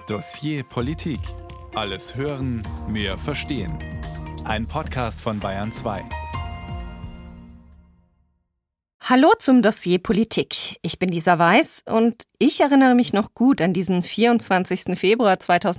Dossier Politik. Alles hören, mehr verstehen. Ein Podcast von Bayern 2. Hallo zum Dossier Politik. Ich bin Lisa Weiß und ich erinnere mich noch gut an diesen 24. Februar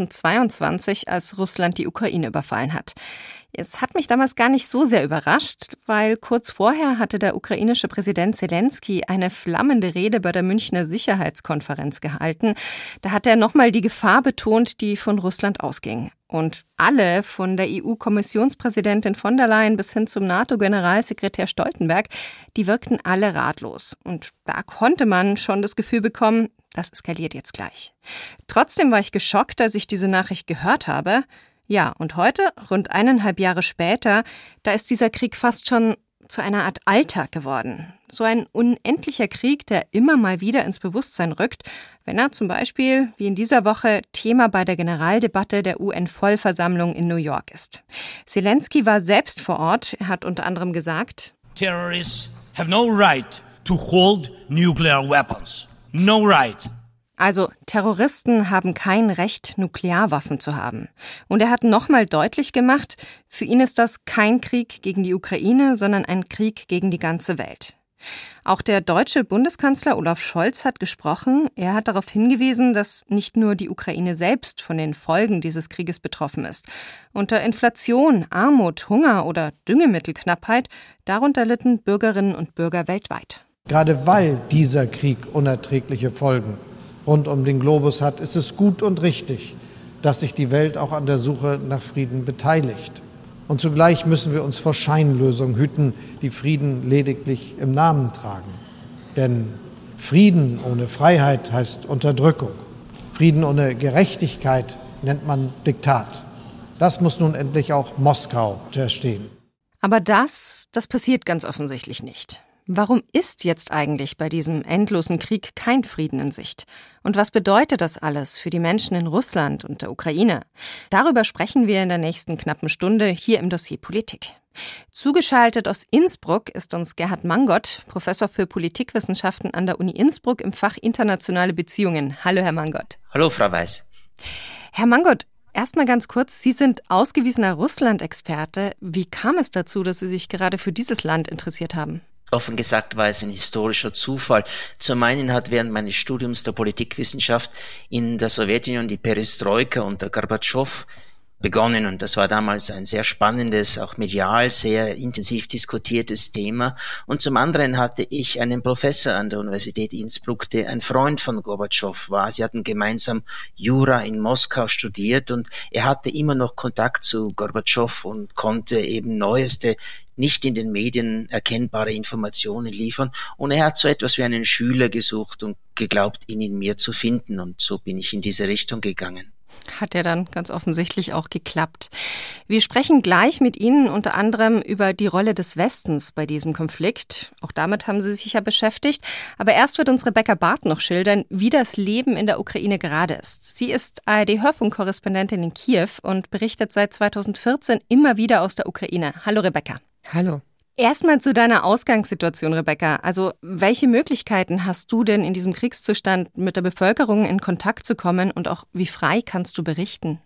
2022, als Russland die Ukraine überfallen hat. Es hat mich damals gar nicht so sehr überrascht, weil kurz vorher hatte der ukrainische Präsident Selenskyj eine flammende Rede bei der Münchner Sicherheitskonferenz gehalten. Da hat er nochmal die Gefahr betont, die von Russland ausging. Und alle, von der EU-Kommissionspräsidentin von der Leyen bis hin zum NATO-Generalsekretär Stoltenberg, die wirkten alle ratlos. Und da konnte man schon das Gefühl bekommen, das eskaliert jetzt gleich. Trotzdem war ich geschockt, als ich diese Nachricht gehört habe. Ja, und heute, rund 1,5 Jahre später, da ist dieser Krieg fast schon zu einer Art Alltag geworden. So ein unendlicher Krieg, der immer mal wieder ins Bewusstsein rückt, wenn er zum Beispiel, wie in dieser Woche, Thema bei der Generaldebatte der UN-Vollversammlung in New York ist. Selenskyj war selbst vor Ort. Er hat unter anderem gesagt: Terrorists have no right to hold nuclear weapons. No right. Also Terroristen haben kein Recht, Nuklearwaffen zu haben. Und er hat nochmal deutlich gemacht, für ihn ist das kein Krieg gegen die Ukraine, sondern ein Krieg gegen die ganze Welt. Auch der deutsche Bundeskanzler Olaf Scholz hat gesprochen. Er hat darauf hingewiesen, dass nicht nur die Ukraine selbst von den Folgen dieses Krieges betroffen ist. Unter Inflation, Armut, Hunger oder Düngemittelknappheit, darunter litten Bürgerinnen und Bürger weltweit. Gerade weil dieser Krieg unerträgliche Folgen rund um den Globus hat, ist es gut und richtig, dass sich die Welt auch an der Suche nach Frieden beteiligt. Und zugleich müssen wir uns vor Scheinlösungen hüten, die Frieden lediglich im Namen tragen. Denn Frieden ohne Freiheit heißt Unterdrückung. Frieden ohne Gerechtigkeit nennt man Diktat. Das muss nun endlich auch Moskau verstehen. Aber das passiert ganz offensichtlich nicht. Warum ist jetzt eigentlich bei diesem endlosen Krieg kein Frieden in Sicht? Und was bedeutet das alles für die Menschen in Russland und der Ukraine? Darüber sprechen wir in der nächsten knappen Stunde hier im Dossier Politik. Zugeschaltet aus Innsbruck ist uns Gerhard Mangott, Professor für Politikwissenschaften an der Uni Innsbruck im Fach Internationale Beziehungen. Hallo, Herr Mangott. Hallo, Frau Weiß. Herr Mangott, erstmal ganz kurz, Sie sind ausgewiesener Russland-Experte. Wie kam es dazu, dass Sie sich gerade für dieses Land interessiert haben? Offen gesagt war es ein historischer Zufall. Zum einen hat während meines Studiums der Politikwissenschaft in der Sowjetunion die Perestroika unter Gorbatschow begonnen, und das war damals ein sehr spannendes, auch medial sehr intensiv diskutiertes Thema. Und zum anderen hatte ich einen Professor an der Universität Innsbruck, der ein Freund von Gorbatschow war. Sie hatten gemeinsam Jura in Moskau studiert und er hatte immer noch Kontakt zu Gorbatschow und konnte eben neueste, nicht in den Medien erkennbare Informationen liefern. Und er hat so etwas wie einen Schüler gesucht und geglaubt, ihn in mir zu finden. Und so bin ich in diese Richtung gegangen. Hat ja dann ganz offensichtlich auch geklappt. Wir sprechen gleich mit Ihnen unter anderem über die Rolle des Westens bei diesem Konflikt. Auch damit haben Sie sich ja beschäftigt. Aber erst wird uns Rebecca Barth noch schildern, wie das Leben in der Ukraine gerade ist. Sie ist ARD-Hörfunkkorrespondentin in Kiew und berichtet seit 2014 immer wieder aus der Ukraine. Hallo Rebecca. Hallo. Erstmal zu deiner Ausgangssituation, Rebecca. Also, welche Möglichkeiten hast du denn in diesem Kriegszustand mit der Bevölkerung in Kontakt zu kommen und auch wie frei kannst du berichten?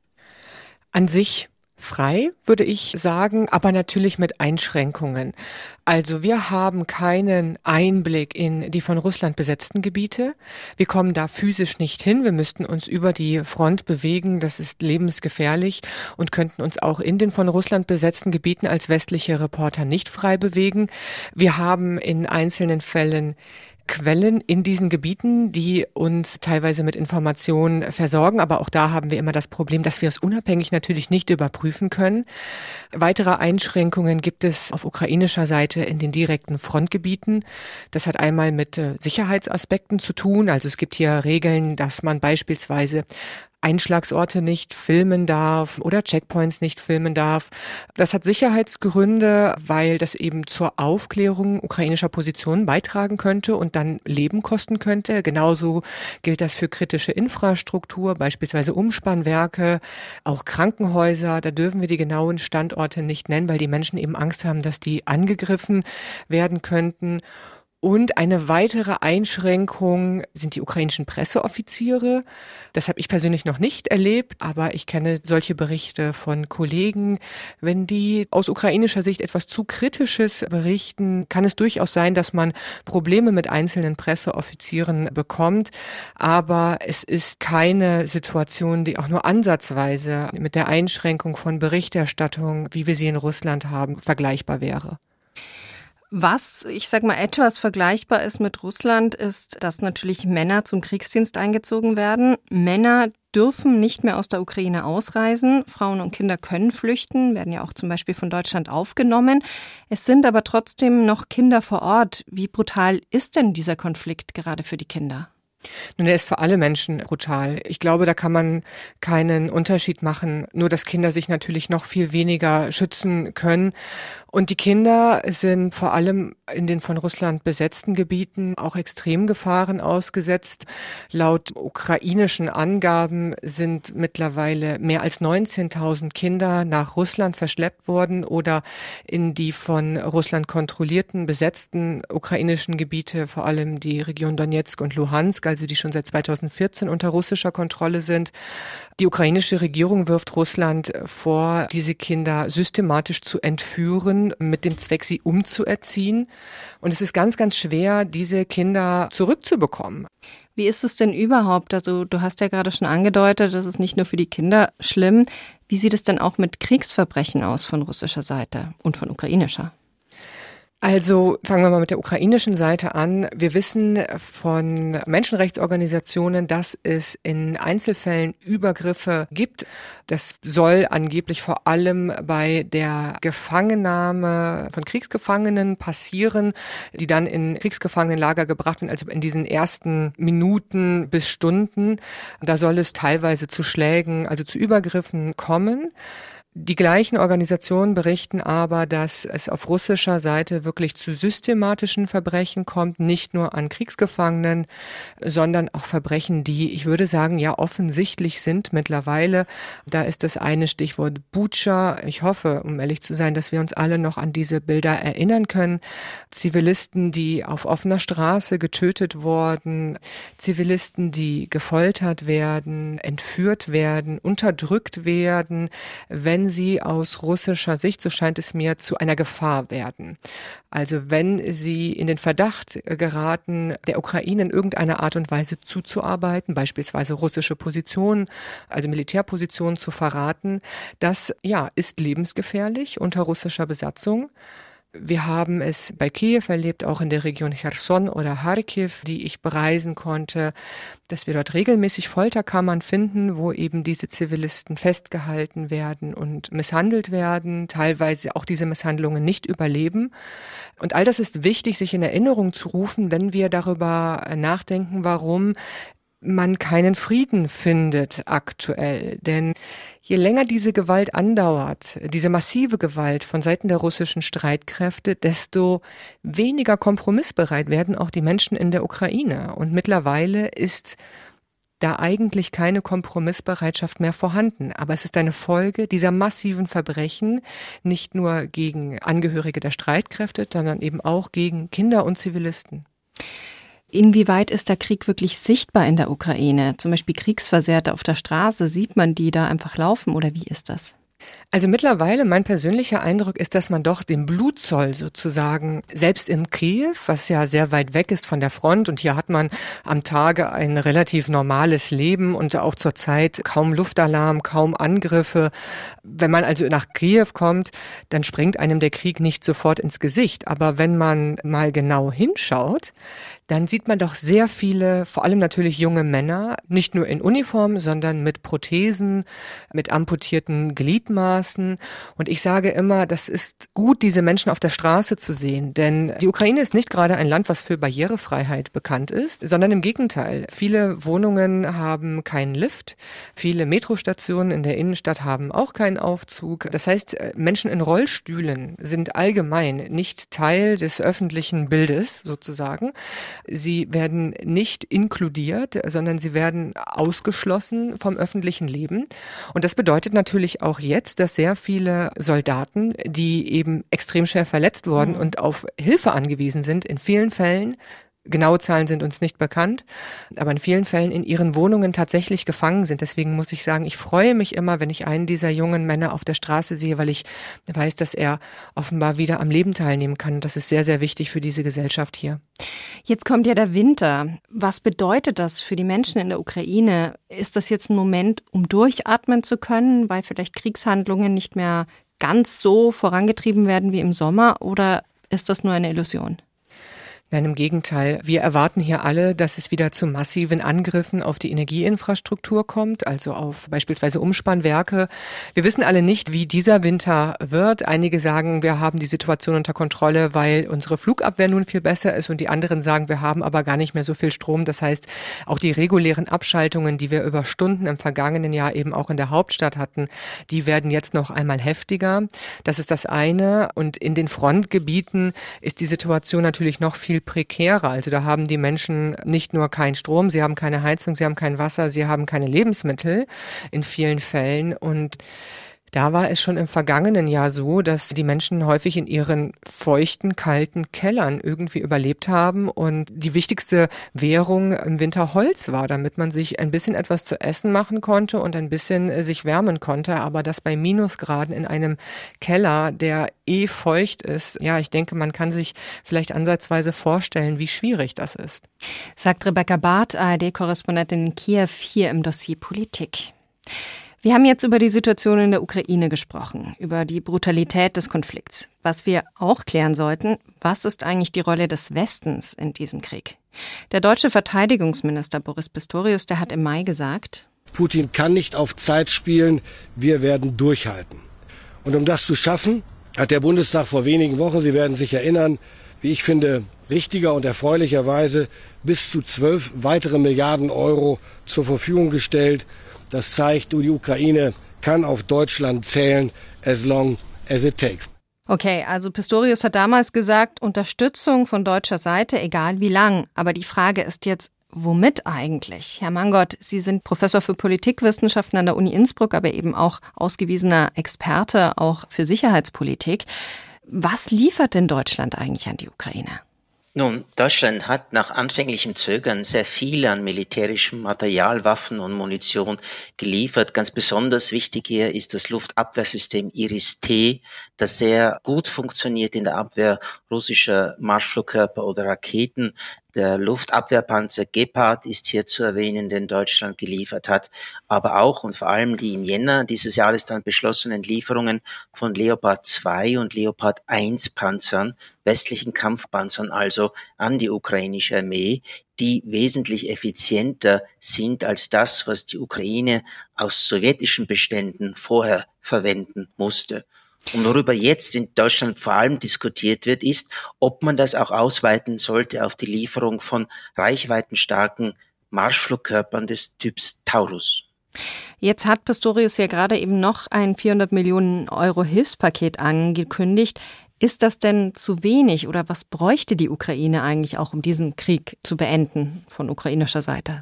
An sich frei, würde ich sagen, aber natürlich mit Einschränkungen. Also wir haben keinen Einblick in die von Russland besetzten Gebiete. Wir kommen da physisch nicht hin. Wir müssten uns über die Front bewegen. Das ist lebensgefährlich und könnten uns auch in den von Russland besetzten Gebieten als westliche Reporter nicht frei bewegen. Wir haben in einzelnen Fällen Quellen in diesen Gebieten, die uns teilweise mit Informationen versorgen. Aber auch da haben wir immer das Problem, dass wir es unabhängig natürlich nicht überprüfen können. Weitere Einschränkungen gibt es auf ukrainischer Seite in den direkten Frontgebieten. Das hat einmal mit Sicherheitsaspekten zu tun. Also es gibt hier Regeln, dass man beispielsweise Einschlagsorte nicht filmen darf oder Checkpoints nicht filmen darf. Das hat Sicherheitsgründe, weil das eben zur Aufklärung ukrainischer Positionen beitragen könnte und dann Leben kosten könnte. Genauso gilt das für kritische Infrastruktur, beispielsweise Umspannwerke, auch Krankenhäuser. Da dürfen wir die genauen Standorte nicht nennen, weil die Menschen eben Angst haben, dass die angegriffen werden könnten. Und eine weitere Einschränkung sind die ukrainischen Presseoffiziere. Das habe ich persönlich noch nicht erlebt, aber ich kenne solche Berichte von Kollegen. Wenn die aus ukrainischer Sicht etwas zu Kritisches berichten, kann es durchaus sein, dass man Probleme mit einzelnen Presseoffizieren bekommt. Aber es ist keine Situation, die auch nur ansatzweise mit der Einschränkung von Berichterstattung, wie wir sie in Russland haben, vergleichbar wäre. Was, ich sag mal, etwas vergleichbar ist mit Russland, ist, dass natürlich Männer zum Kriegsdienst eingezogen werden. Männer dürfen nicht mehr aus der Ukraine ausreisen. Frauen und Kinder können flüchten, werden ja auch zum Beispiel von Deutschland aufgenommen. Es sind aber trotzdem noch Kinder vor Ort. Wie brutal ist denn dieser Konflikt gerade für die Kinder? Nun, er ist für alle Menschen brutal. Ich glaube, da kann man keinen Unterschied machen. Nur, dass Kinder sich natürlich noch viel weniger schützen können. Und die Kinder sind vor allem in den von Russland besetzten Gebieten auch Extremgefahren ausgesetzt. Laut ukrainischen Angaben sind mittlerweile mehr als 19.000 Kinder nach Russland verschleppt worden oder in die von Russland kontrollierten, besetzten ukrainischen Gebiete, vor allem die Region Donetsk und Luhansk, also die schon seit 2014 unter russischer Kontrolle sind. Die ukrainische Regierung wirft Russland vor, diese Kinder systematisch zu entführen, mit dem Zweck, sie umzuerziehen. Und es ist ganz, ganz schwer, diese Kinder zurückzubekommen. Wie ist es denn überhaupt? Also du hast ja gerade schon angedeutet, das ist nicht nur für die Kinder schlimm. Wie sieht es denn auch mit Kriegsverbrechen aus von russischer Seite und von ukrainischer? Also fangen wir mal mit der ukrainischen Seite an. Wir wissen von Menschenrechtsorganisationen, dass es in Einzelfällen Übergriffe gibt. Das soll angeblich vor allem bei der Gefangennahme von Kriegsgefangenen passieren, die dann in Kriegsgefangenenlager gebracht werden, also in diesen ersten Minuten bis Stunden. Da soll es teilweise zu Schlägen, also zu Übergriffen kommen. Die gleichen Organisationen berichten aber, dass es auf russischer Seite wirklich zu systematischen Verbrechen kommt, nicht nur an Kriegsgefangenen, sondern auch Verbrechen, die, ich würde sagen, ja offensichtlich sind mittlerweile. Da ist das eine Stichwort Butscha. Ich hoffe, um ehrlich zu sein, dass wir uns alle noch an diese Bilder erinnern können. Zivilisten, die auf offener Straße getötet wurden, Zivilisten, die gefoltert werden, entführt werden, unterdrückt werden, wenn sie aus russischer Sicht, so scheint es mir, zu einer Gefahr werden. Also wenn sie in den Verdacht geraten, der Ukraine in irgendeiner Art und Weise zuzuarbeiten, beispielsweise russische Positionen, also Militärpositionen zu verraten, das ist lebensgefährlich unter russischer Besatzung. Wir haben es bei Kiew erlebt, auch in der Region Cherson oder Kharkiv, die ich bereisen konnte, dass wir dort regelmäßig Folterkammern finden, wo eben diese Zivilisten festgehalten werden und misshandelt werden, teilweise auch diese Misshandlungen nicht überleben. Und all das ist wichtig, sich in Erinnerung zu rufen, wenn wir darüber nachdenken, warum man keinen Frieden findet aktuell. Denn je länger diese Gewalt andauert, diese massive Gewalt von Seiten der russischen Streitkräfte, desto weniger kompromissbereit werden auch die Menschen in der Ukraine. Und mittlerweile ist da eigentlich keine Kompromissbereitschaft mehr vorhanden. Aber es ist eine Folge dieser massiven Verbrechen, nicht nur gegen Angehörige der Streitkräfte, sondern eben auch gegen Kinder und Zivilisten. Inwieweit ist der Krieg wirklich sichtbar in der Ukraine? Zum Beispiel Kriegsversehrte auf der Straße, sieht man die da einfach laufen oder wie ist das? Also mittlerweile, mein persönlicher Eindruck ist, dass man doch den Blutzoll sozusagen, selbst in Kiew, was ja sehr weit weg ist von der Front, und hier hat man am Tage ein relativ normales Leben und auch zur Zeit kaum Luftalarm, kaum Angriffe. Wenn man also nach Kiew kommt, dann springt einem der Krieg nicht sofort ins Gesicht. Aber wenn man mal genau hinschaut, dann sieht man doch sehr viele, vor allem natürlich junge Männer, nicht nur in Uniform, sondern mit Prothesen, mit amputierten Gliedmaßen. Und ich sage immer, das ist gut, diese Menschen auf der Straße zu sehen. Denn die Ukraine ist nicht gerade ein Land, was für Barrierefreiheit bekannt ist, sondern im Gegenteil. Viele Wohnungen haben keinen Lift. Viele Metrostationen in der Innenstadt haben auch keinen Aufzug. Das heißt, Menschen in Rollstühlen sind allgemein nicht Teil des öffentlichen Bildes sozusagen. Sie werden nicht inkludiert, sondern sie werden ausgeschlossen vom öffentlichen Leben. Und das bedeutet natürlich auch jetzt, jetzt, dass sehr viele Soldaten, die eben extrem schwer verletzt wurden und auf Hilfe angewiesen sind, in vielen Fällen, genaue Zahlen sind uns nicht bekannt, aber in vielen Fällen in ihren Wohnungen tatsächlich gefangen sind. Deswegen muss ich sagen, ich freue mich immer, wenn ich einen dieser jungen Männer auf der Straße sehe, weil ich weiß, dass er offenbar wieder am Leben teilnehmen kann. Das ist sehr, sehr wichtig für diese Gesellschaft hier. Jetzt kommt ja der Winter. Was bedeutet das für die Menschen in der Ukraine? Ist das jetzt ein Moment, um durchatmen zu können, weil vielleicht Kriegshandlungen nicht mehr ganz so vorangetrieben werden wie im Sommer, oder ist das nur eine Illusion? Nein, im Gegenteil. Wir erwarten hier alle, dass es wieder zu massiven Angriffen auf die Energieinfrastruktur kommt, also auf beispielsweise Umspannwerke. Wir wissen alle nicht, wie dieser Winter wird. Einige sagen, wir haben die Situation unter Kontrolle, weil unsere Flugabwehr nun viel besser ist, und die anderen sagen, wir haben aber gar nicht mehr so viel Strom. Das heißt, auch die regulären Abschaltungen, die wir über Stunden im vergangenen Jahr eben auch in der Hauptstadt hatten, die werden jetzt noch einmal heftiger. Das ist das eine. Und in den Frontgebieten ist die Situation natürlich noch viel prekärer. Also da haben die Menschen nicht nur keinen Strom, sie haben keine Heizung, sie haben kein Wasser, sie haben keine Lebensmittel in vielen Fällen. Und da war es schon im vergangenen Jahr so, dass die Menschen häufig in ihren feuchten, kalten Kellern irgendwie überlebt haben und die wichtigste Währung im Winter Holz war, damit man sich ein bisschen etwas zu essen machen konnte und ein bisschen sich wärmen konnte. Aber das bei Minusgraden in einem Keller, der feucht ist, ja, ich denke, man kann sich vielleicht ansatzweise vorstellen, wie schwierig das ist. Sagt Rebecca Barth, ARD-Korrespondentin in Kiew, hier im Dossier Politik. Wir haben jetzt über die Situation in der Ukraine gesprochen, über die Brutalität des Konflikts. Was wir auch klären sollten, was ist eigentlich die Rolle des Westens in diesem Krieg? Der deutsche Verteidigungsminister Boris Pistorius, der hat im Mai gesagt: Putin kann nicht auf Zeit spielen, wir werden durchhalten. Und um das zu schaffen, hat der Bundestag vor wenigen Wochen, Sie werden sich erinnern, wie ich finde, richtiger und erfreulicherweise bis zu 12 weitere Milliarden Euro zur Verfügung gestellt. Das zeigt, die Ukraine kann auf Deutschland zählen, as long as it takes. Okay, also Pistorius hat damals gesagt, Unterstützung von deutscher Seite, egal wie lang. Aber die Frage ist jetzt, womit eigentlich? Herr Mangold, Sie sind Professor für Politikwissenschaften an der Uni Innsbruck, aber eben auch ausgewiesener Experte auch für Sicherheitspolitik. Was liefert denn Deutschland eigentlich an die Ukraine? Nun, Deutschland hat nach anfänglichem Zögern sehr viel an militärischem Material, Waffen und Munition geliefert. Ganz besonders wichtig hier ist das Luftabwehrsystem Iris-T, das sehr gut funktioniert in der Abwehr russischer Marschflugkörper oder Raketen. Der Luftabwehrpanzer Gepard ist hier zu erwähnen, den Deutschland geliefert hat, aber auch und vor allem die im Jänner dieses Jahres dann beschlossenen Lieferungen von Leopard 2 und Leopard 1 Panzern, westlichen Kampfpanzern also, an die ukrainische Armee, die wesentlich effizienter sind als das, was die Ukraine aus sowjetischen Beständen vorher verwenden musste. Und worüber jetzt in Deutschland vor allem diskutiert wird, ist, ob man das auch ausweiten sollte auf die Lieferung von reichweitenstarken Marschflugkörpern des Typs Taurus. Jetzt hat Pistorius ja gerade eben noch ein 400 Millionen Euro Hilfspaket angekündigt. Ist das denn zu wenig oder was bräuchte die Ukraine eigentlich auch, um diesen Krieg zu beenden von ukrainischer Seite?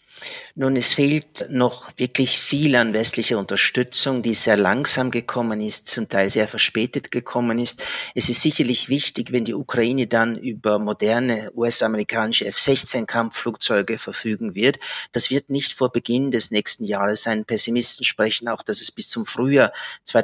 Nun, es fehlt noch wirklich viel an westlicher Unterstützung, die sehr langsam gekommen ist, zum Teil sehr verspätet gekommen ist. Es ist sicherlich wichtig, wenn die Ukraine dann über moderne US-amerikanische F-16-Kampfflugzeuge verfügen wird. Das wird nicht vor Beginn des nächsten Jahres sein. Pessimisten sprechen auch, dass es bis zum Frühjahr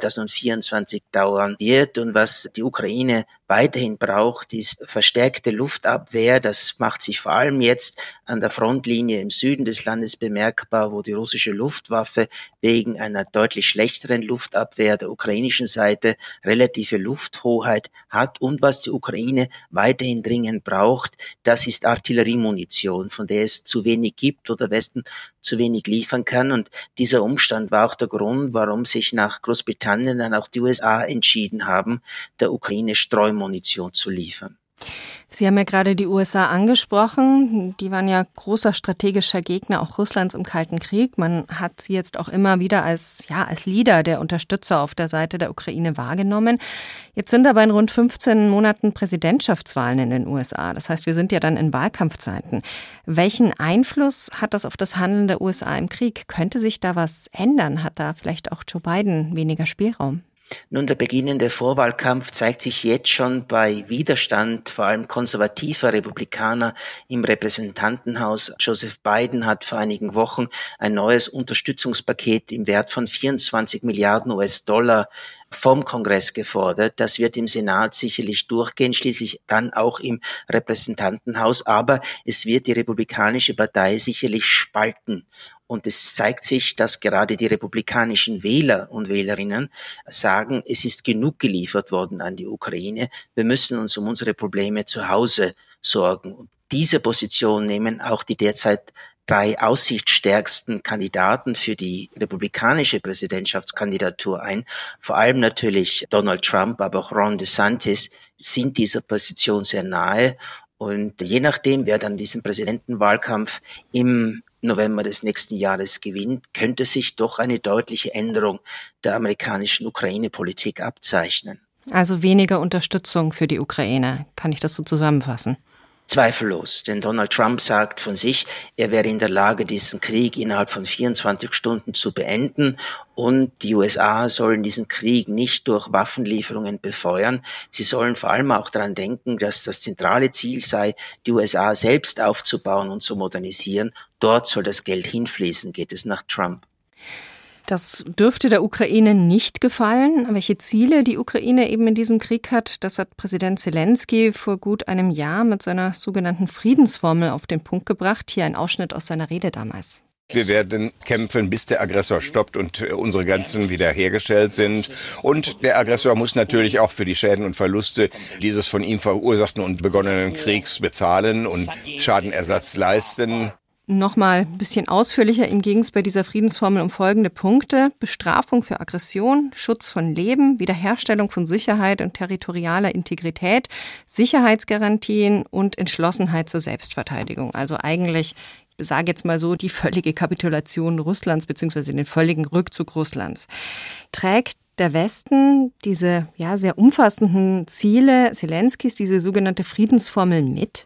2024 dauern wird. Und was die Ukraine weiterhin braucht, ist verstärkte Luftabwehr. Das macht sich vor allem jetzt an der Frontlinie im Süden des Landes bemerkbar, wo die russische Luftwaffe wegen einer deutlich schlechteren Luftabwehr der ukrainischen Seite relative Lufthoheit hat. Und was die Ukraine weiterhin dringend braucht, das ist Artilleriemunition, von der es zu wenig gibt oder Westen zu wenig liefern kann. Und dieser Umstand war auch der Grund, warum sich nach Großbritannien dann auch die USA entschieden haben, der Ukraine Streumunition zu liefern. Sie haben ja gerade die USA angesprochen. Die waren ja großer strategischer Gegner auch Russlands im Kalten Krieg. Man hat sie jetzt auch immer wieder als Leader der Unterstützer auf der Seite der Ukraine wahrgenommen. Jetzt sind aber in rund 15 Monaten Präsidentschaftswahlen in den USA. Das heißt, wir sind ja dann in Wahlkampfzeiten. Welchen Einfluss hat das auf das Handeln der USA im Krieg? Könnte sich da was ändern? Hat da vielleicht auch Joe Biden weniger Spielraum? Nun, der beginnende Vorwahlkampf zeigt sich jetzt schon bei Widerstand, vor allem konservativer Republikaner im Repräsentantenhaus. Joseph Biden hat vor einigen Wochen ein neues Unterstützungspaket im Wert von 24 Milliarden US-Dollar vom Kongress gefordert. Das wird im Senat sicherlich durchgehen, schließlich dann auch im Repräsentantenhaus. Aber es wird die Republikanische Partei sicherlich spalten. Und es zeigt sich, dass gerade die republikanischen Wähler und Wählerinnen sagen, es ist genug geliefert worden an die Ukraine. Wir müssen uns um unsere Probleme zu Hause sorgen. Und diese Position nehmen auch die derzeit 3 aussichtsstärksten Kandidaten für die republikanische Präsidentschaftskandidatur ein. Vor allem natürlich Donald Trump, aber auch Ron DeSantis sind dieser Position sehr nahe. Und je nachdem, wer dann diesen Präsidentenwahlkampf im November des nächsten Jahres gewinnt, könnte sich doch eine deutliche Änderung der amerikanischen Ukraine-Politik abzeichnen. Also weniger Unterstützung für die Ukraine. Kann ich das so zusammenfassen? Zweifellos, denn Donald Trump sagt von sich, er wäre in der Lage, diesen Krieg innerhalb von 24 Stunden zu beenden und die USA sollen diesen Krieg nicht durch Waffenlieferungen befeuern. Sie sollen vor allem auch daran denken, dass das zentrale Ziel sei, die USA selbst aufzubauen und zu modernisieren. Dort soll das Geld hinfließen, geht es nach Trump. Das dürfte der Ukraine nicht gefallen. Welche Ziele die Ukraine eben in diesem Krieg hat, das hat Präsident Zelensky vor gut einem Jahr mit seiner sogenannten Friedensformel auf den Punkt gebracht. Hier ein Ausschnitt aus seiner Rede damals. Wir werden kämpfen, bis der Aggressor stoppt und unsere Grenzen wiederhergestellt sind. Und der Aggressor muss natürlich auch für die Schäden und Verluste dieses von ihm verursachten und begonnenen Kriegs bezahlen und Schadenersatz leisten. Nochmal ein bisschen ausführlicher, ihm ging es bei dieser Friedensformel um folgende Punkte: Bestrafung für Aggression, Schutz von Leben, Wiederherstellung von Sicherheit und territorialer Integrität, Sicherheitsgarantien und Entschlossenheit zur Selbstverteidigung. Also eigentlich, ich sage jetzt mal so, die völlige Kapitulation Russlands bzw. den völligen Rückzug Russlands. Trägt der Westen diese sehr umfassenden Ziele Zelenskys, diese sogenannte Friedensformel mit?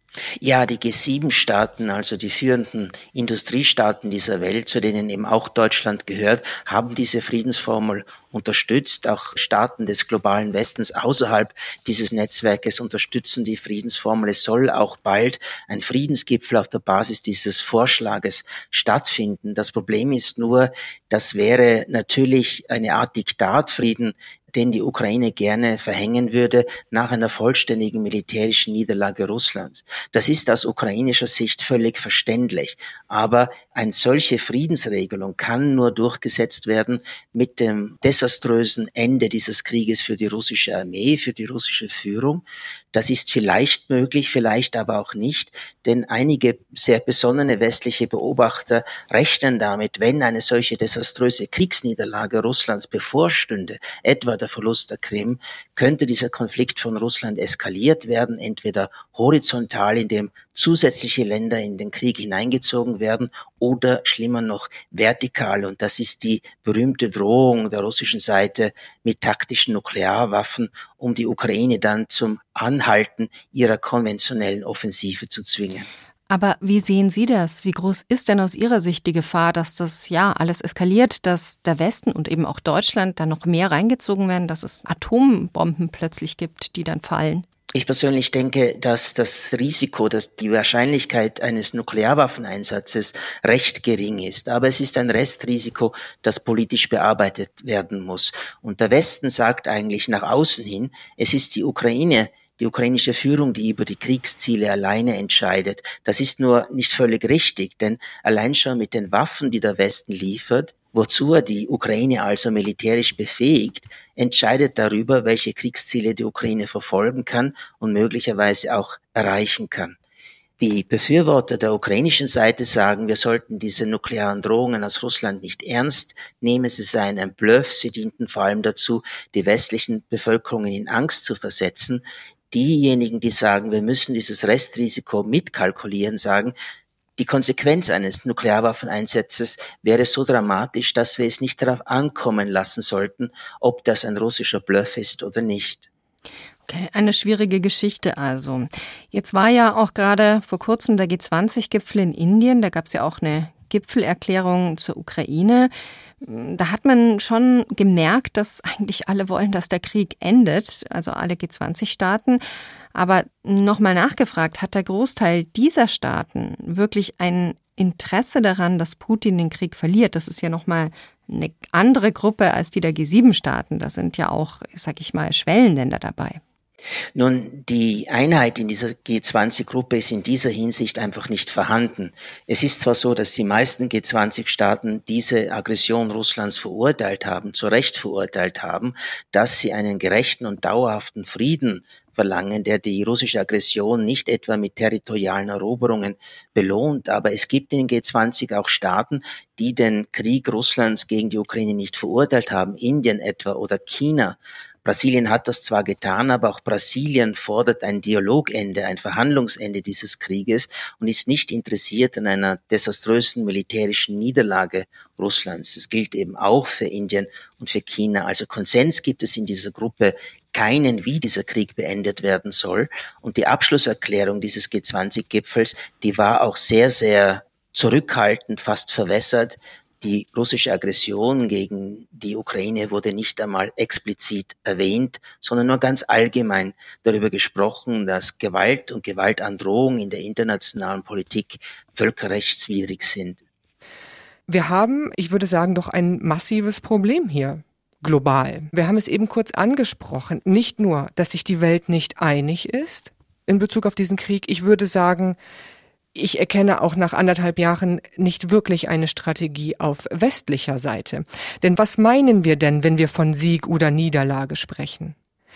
Ja, die G7-Staaten, also die führenden Industriestaaten dieser Welt, zu denen eben auch Deutschland gehört, haben diese Friedensformel unterstützt. Auch Staaten des globalen Westens außerhalb dieses Netzwerkes unterstützen die Friedensformel. Es soll auch bald ein Friedensgipfel auf der Basis dieses Vorschlages stattfinden. Das Problem ist nur, das wäre natürlich eine Art Diktatfrieden, den die Ukraine gerne verhängen würde nach einer vollständigen militärischen Niederlage Russlands. Das ist aus ukrainischer Sicht völlig verständlich. Aber eine solche Friedensregelung kann nur durchgesetzt werden mit dem desaströsen Ende dieses Krieges für die russische Armee, für die russische Führung. Das ist vielleicht möglich, vielleicht aber auch nicht, denn einige sehr besonnene westliche Beobachter rechnen damit, wenn eine solche desaströse Kriegsniederlage Russlands bevorstünde, etwa der Verlust der Krim, könnte dieser Konflikt von Russland eskaliert werden, entweder horizontal, indem zusätzliche Länder in den Krieg hineingezogen werden, oder schlimmer noch vertikal. Und das ist die berühmte Drohung der russischen Seite mit taktischen Nuklearwaffen, um die Ukraine dann zum Anhalten ihrer konventionellen Offensive zu zwingen. Aber wie sehen Sie das? Wie groß ist denn aus Ihrer Sicht die Gefahr, dass das alles eskaliert, dass der Westen und eben auch Deutschland da noch mehr reingezogen werden, dass es Atombomben plötzlich gibt, die dann fallen? Ich persönlich denke, dass das Risiko, dass die Wahrscheinlichkeit eines Nuklearwaffeneinsatzes recht gering ist. Aber es ist ein Restrisiko, das politisch bearbeitet werden muss. Und der Westen sagt eigentlich nach außen hin, es ist die ukrainische Führung, die über die Kriegsziele alleine entscheidet. Das ist nur nicht völlig richtig, denn allein schon mit den Waffen, die der Westen liefert, wozu er die Ukraine also militärisch befähigt, entscheidet darüber, welche Kriegsziele die Ukraine verfolgen kann und möglicherweise auch erreichen kann. Die Befürworter der ukrainischen Seite sagen, wir sollten diese nuklearen Drohungen aus Russland nicht ernst nehmen, sie seien ein Bluff, sie dienten vor allem dazu, die westlichen Bevölkerungen in Angst zu versetzen. diejenigen, die sagen, wir müssen dieses Restrisiko mitkalkulieren, sagen, die Konsequenz eines Nuklearwaffeneinsatzes wäre so dramatisch, dass wir es nicht darauf ankommen lassen sollten, ob das ein russischer Bluff ist oder nicht. Okay, eine schwierige Geschichte also. Jetzt war ja auch gerade vor kurzem der G20-Gipfel in Indien. Da gab es ja auch eine Gipfelerklärung zur Ukraine. Da hat man schon gemerkt, dass eigentlich alle wollen, dass der Krieg endet, also alle G20-Staaten. Aber nochmal nachgefragt, hat der Großteil dieser Staaten wirklich ein Interesse daran, dass Putin den Krieg verliert? Das ist ja nochmal eine andere Gruppe als die der G7-Staaten. Da sind ja auch, sag ich mal, Schwellenländer dabei. Nun, die Einheit in dieser G20-Gruppe ist in dieser Hinsicht einfach nicht vorhanden. Es ist zwar so, dass die meisten G20-Staaten diese Aggression Russlands verurteilt haben, zu Recht verurteilt haben, dass sie einen gerechten und dauerhaften Frieden verlangen, der die russische Aggression nicht etwa mit territorialen Eroberungen belohnt. Aber es gibt in den G20 auch Staaten, die den Krieg Russlands gegen die Ukraine nicht verurteilt haben, Indien etwa oder China. Brasilien hat das zwar getan, aber auch Brasilien fordert ein Dialogende, ein Verhandlungsende dieses Krieges und ist nicht interessiert an einer desaströsen militärischen Niederlage Russlands. Das gilt eben auch für Indien und für China. Also Konsens gibt es in dieser Gruppe keinen, wie dieser Krieg beendet werden soll. Und die Abschlusserklärung dieses G20-Gipfels, die war auch sehr, sehr zurückhaltend, fast verwässert. Die russische Aggression gegen die Ukraine wurde nicht einmal explizit erwähnt, sondern nur ganz allgemein darüber gesprochen, dass Gewalt und Gewaltandrohung in der internationalen Politik völkerrechtswidrig sind. Wir haben, ich würde sagen, doch ein massives Problem hier. Global. Wir haben es eben kurz angesprochen. Nicht nur, dass sich die Welt nicht einig ist in Bezug auf diesen Krieg. Ich würde sagen, ich erkenne auch nach 1,5 Jahren nicht wirklich eine Strategie auf westlicher Seite. Denn was meinen wir denn, wenn wir von Sieg oder Niederlage sprechen?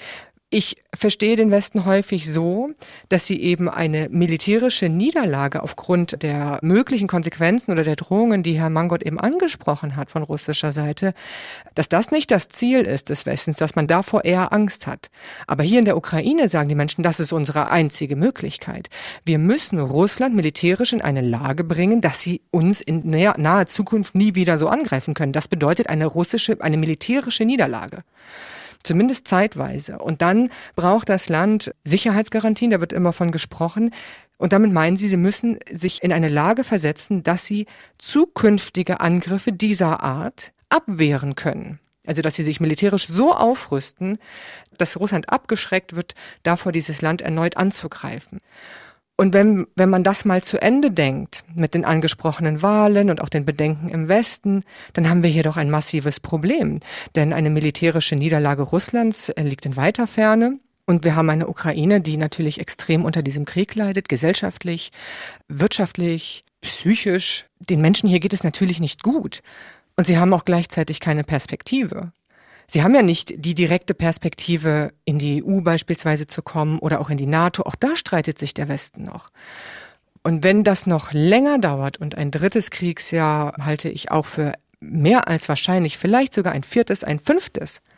Ich verstehe den Westen häufig so, dass sie eben eine militärische Niederlage aufgrund der möglichen Konsequenzen oder der Drohungen, die Herr Mangold eben angesprochen hat von russischer Seite, dass das nicht das Ziel ist des Westens, dass man davor eher Angst hat. Aber hier in der Ukraine sagen die Menschen, das ist unsere einzige Möglichkeit. Wir müssen Russland militärisch in eine Lage bringen, dass sie uns in naher Zukunft nie wieder so angreifen können. Das bedeutet eine militärische Niederlage. Zumindest zeitweise. Und dann braucht das Land Sicherheitsgarantien, da wird immer von gesprochen. Und damit meinen sie müssen sich in eine Lage versetzen, dass sie zukünftige Angriffe dieser Art abwehren können. Also dass sie sich militärisch so aufrüsten, dass Russland abgeschreckt wird, davor dieses Land erneut anzugreifen. Und wenn man das mal zu Ende denkt, mit den angesprochenen Wahlen und auch den Bedenken im Westen, dann haben wir hier doch ein massives Problem. Denn eine militärische Niederlage Russlands liegt in weiter Ferne. Und wir haben eine Ukraine, die natürlich extrem unter diesem Krieg leidet, gesellschaftlich, wirtschaftlich, psychisch. Den Menschen hier geht es natürlich nicht gut. Und sie haben auch gleichzeitig keine Perspektive. Sie haben ja nicht die direkte Perspektive, in die EU beispielsweise zu kommen oder auch in die NATO. Auch da streitet sich der Westen noch. Und wenn das noch länger dauert und ein 3. Kriegsjahr halte ich auch für mehr als wahrscheinlich, vielleicht sogar ein 4., ein 5.,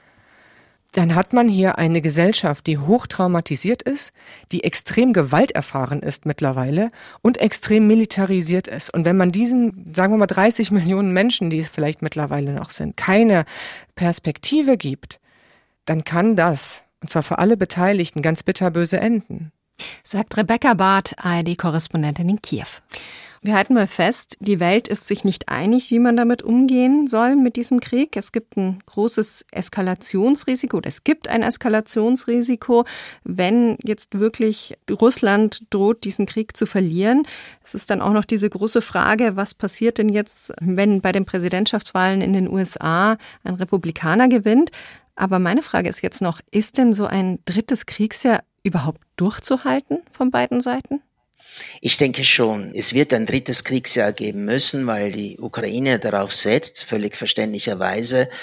dann hat man hier eine Gesellschaft, die hochtraumatisiert ist, die extrem gewalterfahren ist mittlerweile und extrem militarisiert ist. Und wenn man diesen, sagen wir mal 30 Millionen Menschen, die es vielleicht mittlerweile noch sind, keine Perspektive gibt, dann kann das, und zwar für alle Beteiligten, ganz bitterböse enden. Sagt Rebecca Barth, ARD-Korrespondentin in Kiew. Wir halten mal fest, die Welt ist sich nicht einig, wie man damit umgehen soll mit diesem Krieg. Es gibt ein großes Eskalationsrisiko, oder es gibt ein Eskalationsrisiko, wenn jetzt wirklich Russland droht, diesen Krieg zu verlieren. Es ist dann auch noch diese große Frage, was passiert denn jetzt, wenn bei den Präsidentschaftswahlen in den USA ein Republikaner gewinnt? Aber meine Frage ist jetzt noch, ist denn so ein 3. Kriegsjahr überhaupt durchzuhalten von beiden Seiten? Ich denke schon. Es wird ein 3. Kriegsjahr geben müssen, weil die Ukraine darauf setzt, völlig verständlicherweise,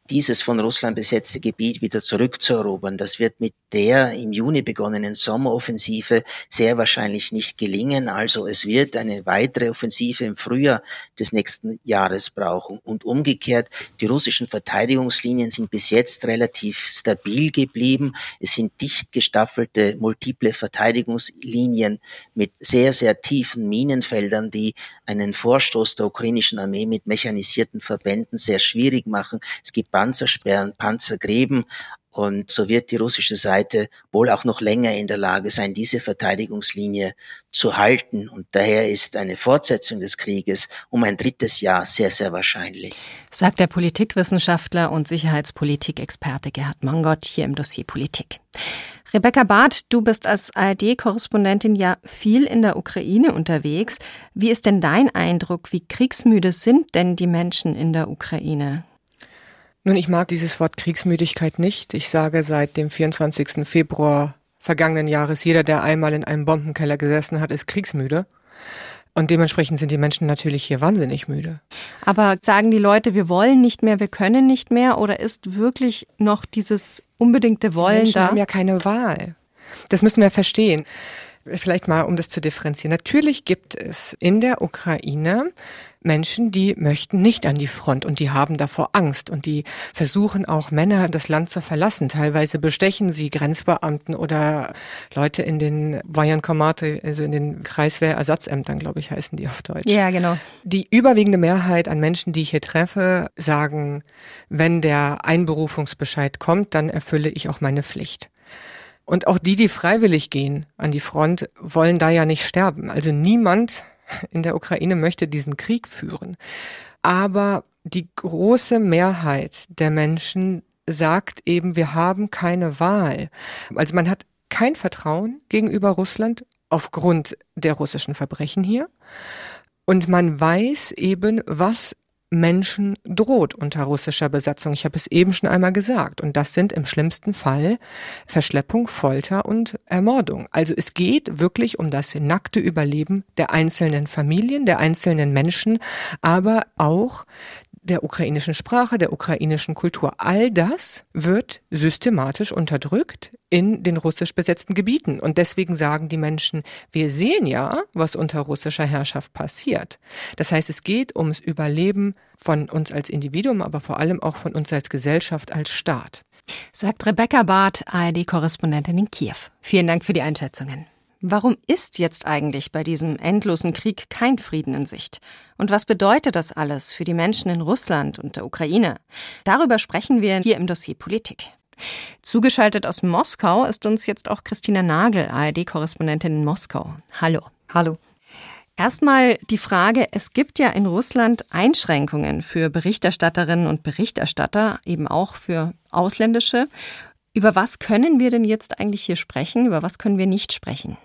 dieses von Russland besetzte Gebiet wieder zurückzuerobern. Das wird mit der im Juni begonnenen Sommeroffensive sehr wahrscheinlich nicht gelingen. Also es wird eine weitere Offensive im Frühjahr des nächsten Jahres brauchen. Und umgekehrt, die russischen Verteidigungslinien sind bis jetzt relativ stabil geblieben. Es sind dicht gestaffelte, multiple Verteidigungslinien mit sehr, sehr tiefen Minenfeldern, die einen Vorstoß der ukrainischen Armee mit mechanisierten Verbänden sehr schwierig machen. Es gibt Panzersperren, Panzergräben, und so wird die russische Seite wohl auch noch länger in der Lage sein, diese Verteidigungslinie zu halten. Und daher ist eine Fortsetzung des Krieges um ein drittes Jahr sehr, sehr wahrscheinlich. Sagt der Politikwissenschaftler und Sicherheitspolitikexperte Gerhard Mongott hier im Dossier Politik. Rebecca Barth, du bist als ARD-Korrespondentin ja viel in der Ukraine unterwegs. Wie ist denn dein Eindruck? Wie kriegsmüde sind denn die Menschen in der Ukraine? Nun, ich mag dieses Wort Kriegsmüdigkeit nicht. Ich sage seit dem 24. Februar vergangenen Jahres, jeder, der einmal in einem Bombenkeller gesessen hat, ist kriegsmüde. Und dementsprechend sind die Menschen natürlich hier wahnsinnig müde. Aber sagen die Leute, wir wollen nicht mehr, wir können nicht mehr? Oder ist wirklich noch dieses unbedingte Wollen da? Die Menschen haben ja keine Wahl. Das müssen wir verstehen. Vielleicht mal, um das zu differenzieren. Natürlich gibt es in der Ukraine Menschen, die möchten nicht an die Front und die haben davor Angst und die versuchen auch Männer das Land zu verlassen. Teilweise bestechen sie Grenzbeamten oder Leute in den Wojenkomate, also in den Kreiswehrersatzämtern, glaube ich, heißen die auf Deutsch. Ja, genau. Die überwiegende Mehrheit an Menschen, die ich hier treffe, sagen, wenn der Einberufungsbescheid kommt, dann erfülle ich auch meine Pflicht. Und auch die freiwillig gehen an die Front, wollen da ja nicht sterben. Also niemand in der Ukraine möchte diesen Krieg führen. Aber die große Mehrheit der Menschen sagt eben, wir haben keine Wahl. Also man hat kein Vertrauen gegenüber Russland aufgrund der russischen Verbrechen hier. Und man weiß eben, was Menschen droht unter russischer Besatzung. Ich habe es eben schon einmal gesagt. Und das sind im schlimmsten Fall Verschleppung, Folter und Ermordung. Also es geht wirklich um das nackte Überleben der einzelnen Familien, der einzelnen Menschen, aber auch der ukrainischen Sprache, der ukrainischen Kultur. All das wird systematisch unterdrückt in den russisch besetzten Gebieten. Und deswegen sagen die Menschen, wir sehen ja, was unter russischer Herrschaft passiert. Das heißt, es geht ums Überleben von uns als Individuum, aber vor allem auch von uns als Gesellschaft, als Staat. Sagt Rebecca Barth, ARD-Korrespondentin in Kiew. Vielen Dank für die Einschätzungen. Warum ist jetzt eigentlich bei diesem endlosen Krieg kein Frieden in Sicht? Und was bedeutet das alles für die Menschen in Russland und der Ukraine? Darüber sprechen wir hier im Dossier Politik. Zugeschaltet aus Moskau ist uns jetzt auch Christina Nagel, ARD-Korrespondentin in Moskau. Hallo. Hallo. Erstmal die Frage, es gibt ja in Russland Einschränkungen für Berichterstatterinnen und Berichterstatter, eben auch für ausländische. Über was können wir denn jetzt eigentlich hier sprechen? Über was können wir nicht sprechen?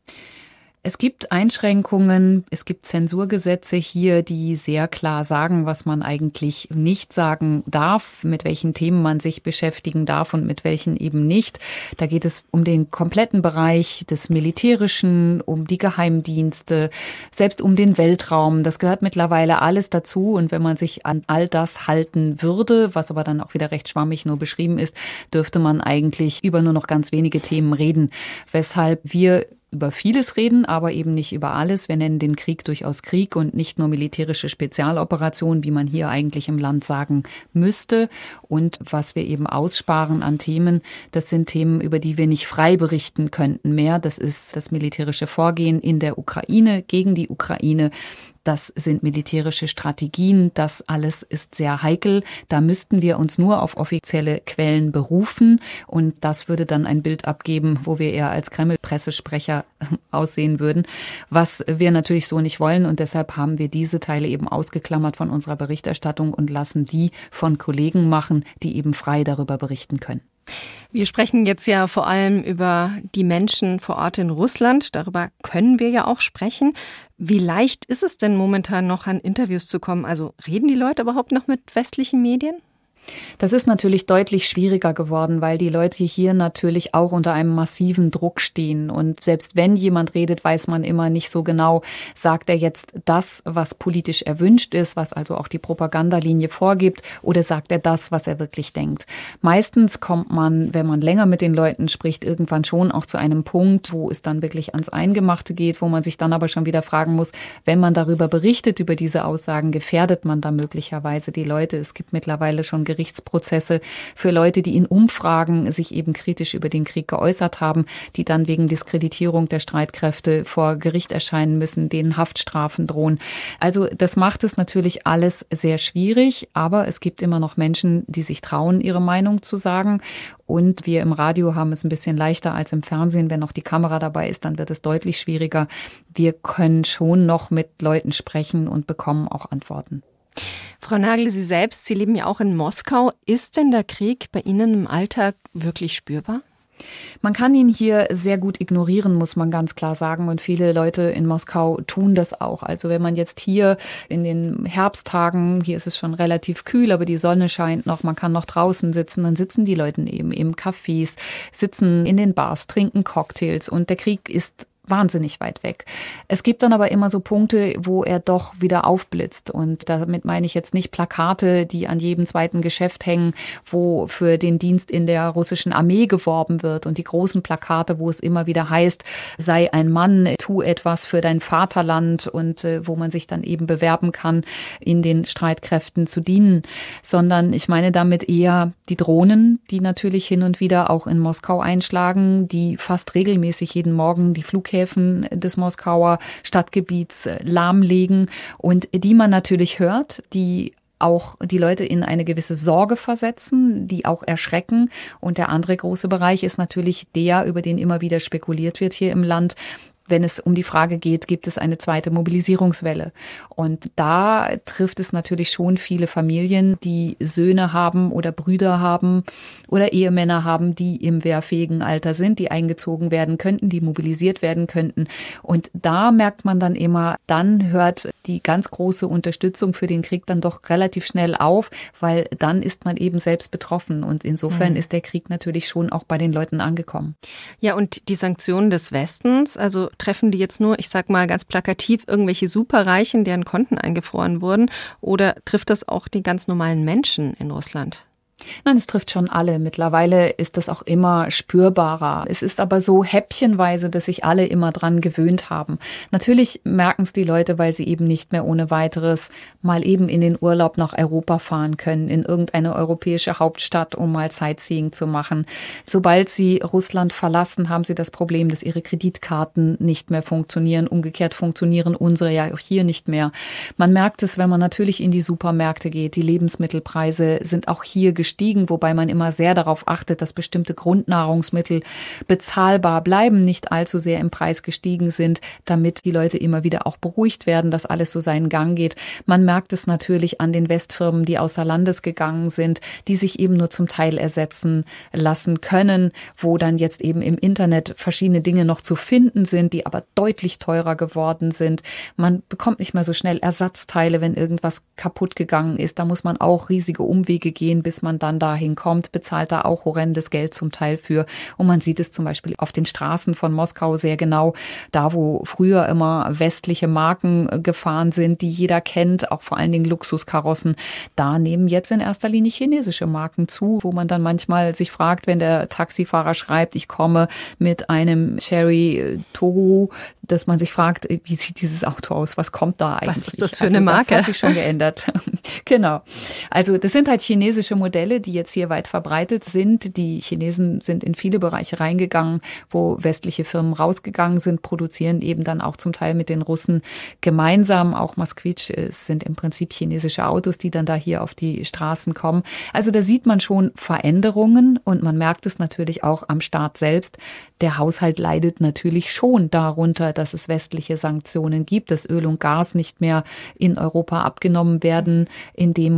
Es gibt Einschränkungen, es gibt Zensurgesetze hier, die sehr klar sagen, was man eigentlich nicht sagen darf, mit welchen Themen man sich beschäftigen darf und mit welchen eben nicht. Da geht es um den kompletten Bereich des Militärischen, um die Geheimdienste, selbst um den Weltraum. Das gehört mittlerweile alles dazu. Und wenn man sich an all das halten würde, was aber dann auch wieder recht schwammig nur beschrieben ist, dürfte man eigentlich über nur noch ganz wenige Themen reden. Weshalb wir über vieles reden, aber eben nicht über alles. Wir nennen den Krieg durchaus Krieg und nicht nur militärische Spezialoperationen, wie man hier eigentlich im Land sagen müsste. Und was wir eben aussparen an Themen, das sind Themen, über die wir nicht frei berichten könnten mehr. Das ist das militärische Vorgehen in der Ukraine, gegen die Ukraine. Das sind militärische Strategien. Das alles ist sehr heikel. Da müssten wir uns nur auf offizielle Quellen berufen. Und das würde dann ein Bild abgeben, wo wir eher als Kreml-Pressesprecher aussehen würden, was wir natürlich so nicht wollen. Und deshalb haben wir diese Teile eben ausgeklammert von unserer Berichterstattung und lassen die von Kollegen machen, die eben frei darüber berichten können. Wir sprechen jetzt ja vor allem über die Menschen vor Ort in Russland. Darüber können wir ja auch sprechen. Wie leicht ist es denn momentan noch, an Interviews zu kommen? Also reden die Leute überhaupt noch mit westlichen Medien? Das ist natürlich deutlich schwieriger geworden, weil die Leute hier natürlich auch unter einem massiven Druck stehen. Und selbst wenn jemand redet, weiß man immer nicht so genau, sagt er jetzt das, was politisch erwünscht ist, was also auch die Propagandalinie vorgibt, oder sagt er das, was er wirklich denkt. Meistens kommt man, wenn man länger mit den Leuten spricht, irgendwann schon auch zu einem Punkt, wo es dann wirklich ans Eingemachte geht, wo man sich dann aber schon wieder fragen muss, wenn man darüber berichtet, über diese Aussagen, gefährdet man da möglicherweise die Leute. Es gibt mittlerweile schon Gerichtsprozesse für Leute, die in Umfragen sich eben kritisch über den Krieg geäußert haben, die dann wegen Diskreditierung der Streitkräfte vor Gericht erscheinen müssen, denen Haftstrafen drohen. Also das macht es natürlich alles sehr schwierig, aber es gibt immer noch Menschen, die sich trauen, ihre Meinung zu sagen. Und wir im Radio haben es ein bisschen leichter als im Fernsehen. Wenn noch die Kamera dabei ist, dann wird es deutlich schwieriger. Wir können schon noch mit Leuten sprechen und bekommen auch Antworten. Frau Nagel, Sie selbst, Sie leben ja auch in Moskau. Ist denn der Krieg bei Ihnen im Alltag wirklich spürbar? Man kann ihn hier sehr gut ignorieren, muss man ganz klar sagen. Und viele Leute in Moskau tun das auch. Also wenn man jetzt hier in den Herbsttagen, hier ist es schon relativ kühl, aber die Sonne scheint noch, man kann noch draußen sitzen, dann sitzen die Leute eben im Cafés, sitzen in den Bars, trinken Cocktails und der Krieg ist wahnsinnig weit weg. Es gibt dann aber immer so Punkte, wo er doch wieder aufblitzt. Und damit meine ich jetzt nicht Plakate, die an jedem zweiten Geschäft hängen, wo für den Dienst in der russischen Armee geworben wird und die großen Plakate, wo es immer wieder heißt, sei ein Mann, tu etwas für dein Vaterland und wo man sich dann eben bewerben kann, in den Streitkräften zu dienen. Sondern ich meine damit eher die Drohnen, die natürlich hin und wieder auch in Moskau einschlagen, die fast regelmäßig jeden Morgen die Flughäfen des Moskauer Stadtgebiets lahmlegen und die man natürlich hört, die auch die Leute in eine gewisse Sorge versetzen, die auch erschrecken. Und der andere große Bereich ist natürlich der, über den immer wieder spekuliert wird hier im Land, wenn es um die Frage geht, gibt es eine zweite Mobilisierungswelle? Und da trifft es natürlich schon viele Familien, die Söhne haben oder Brüder haben oder Ehemänner haben, die im wehrfähigen Alter sind, die eingezogen werden könnten, die mobilisiert werden könnten. Und da merkt man dann immer, dann hört die ganz große Unterstützung für den Krieg dann doch relativ schnell auf, weil dann ist man eben selbst betroffen. Und insofern ist der Krieg natürlich schon auch bei den Leuten angekommen. Ja, und die Sanktionen des Westens, also treffen die jetzt nur, ich sag mal ganz plakativ, irgendwelche Superreichen, deren Konten eingefroren wurden? Oder trifft das auch die ganz normalen Menschen in Russland? Nein, es trifft schon alle. Mittlerweile ist das auch immer spürbarer. Es ist aber so häppchenweise, dass sich alle immer dran gewöhnt haben. Natürlich merken es die Leute, weil sie eben nicht mehr ohne weiteres mal eben in den Urlaub nach Europa fahren können, in irgendeine europäische Hauptstadt, um mal Sightseeing zu machen. Sobald sie Russland verlassen, haben sie das Problem, dass ihre Kreditkarten nicht mehr funktionieren. Umgekehrt funktionieren unsere ja auch hier nicht mehr. Man merkt es, wenn man natürlich in die Supermärkte geht. Die Lebensmittelpreise sind auch hier gestiegen, wobei man immer sehr darauf achtet, dass bestimmte Grundnahrungsmittel bezahlbar bleiben, nicht allzu sehr im Preis gestiegen sind, damit die Leute immer wieder auch beruhigt werden, dass alles so seinen Gang geht. Man merkt es natürlich an den Westfirmen, die außer Landes gegangen sind, die sich eben nur zum Teil ersetzen lassen können, wo dann jetzt eben im Internet verschiedene Dinge noch zu finden sind, die aber deutlich teurer geworden sind. Man bekommt nicht mehr so schnell Ersatzteile, wenn irgendwas kaputt gegangen ist. Da muss man auch riesige Umwege gehen, bis man dann dahin kommt, bezahlt da auch horrendes Geld zum Teil für. Und man sieht es zum Beispiel auf den Straßen von Moskau sehr genau, da wo früher immer westliche Marken gefahren sind, die jeder kennt, auch vor allen Dingen Luxuskarossen, da nehmen jetzt in erster Linie chinesische Marken zu, wo man dann manchmal sich fragt, wenn der Taxifahrer schreibt, ich komme mit einem Cherry Togo, dass man sich fragt, wie sieht dieses Auto aus, was kommt da eigentlich? Was ist das für eine Marke? Das hat sich schon geändert. Genau. Also das sind halt chinesische Modelle, die jetzt hier weit verbreitet sind. Die Chinesen sind in viele Bereiche reingegangen, wo westliche Firmen rausgegangen sind, produzieren eben dann auch zum Teil mit den Russen gemeinsam. Auch Moskvitsch sind im Prinzip chinesische Autos, die dann da hier auf die Straßen kommen. Also da sieht man schon Veränderungen und man merkt es natürlich auch am Staat selbst. Der Haushalt leidet natürlich schon darunter, dass es westliche Sanktionen gibt, dass Öl und Gas nicht mehr in Europa abgenommen werden in dem Maße,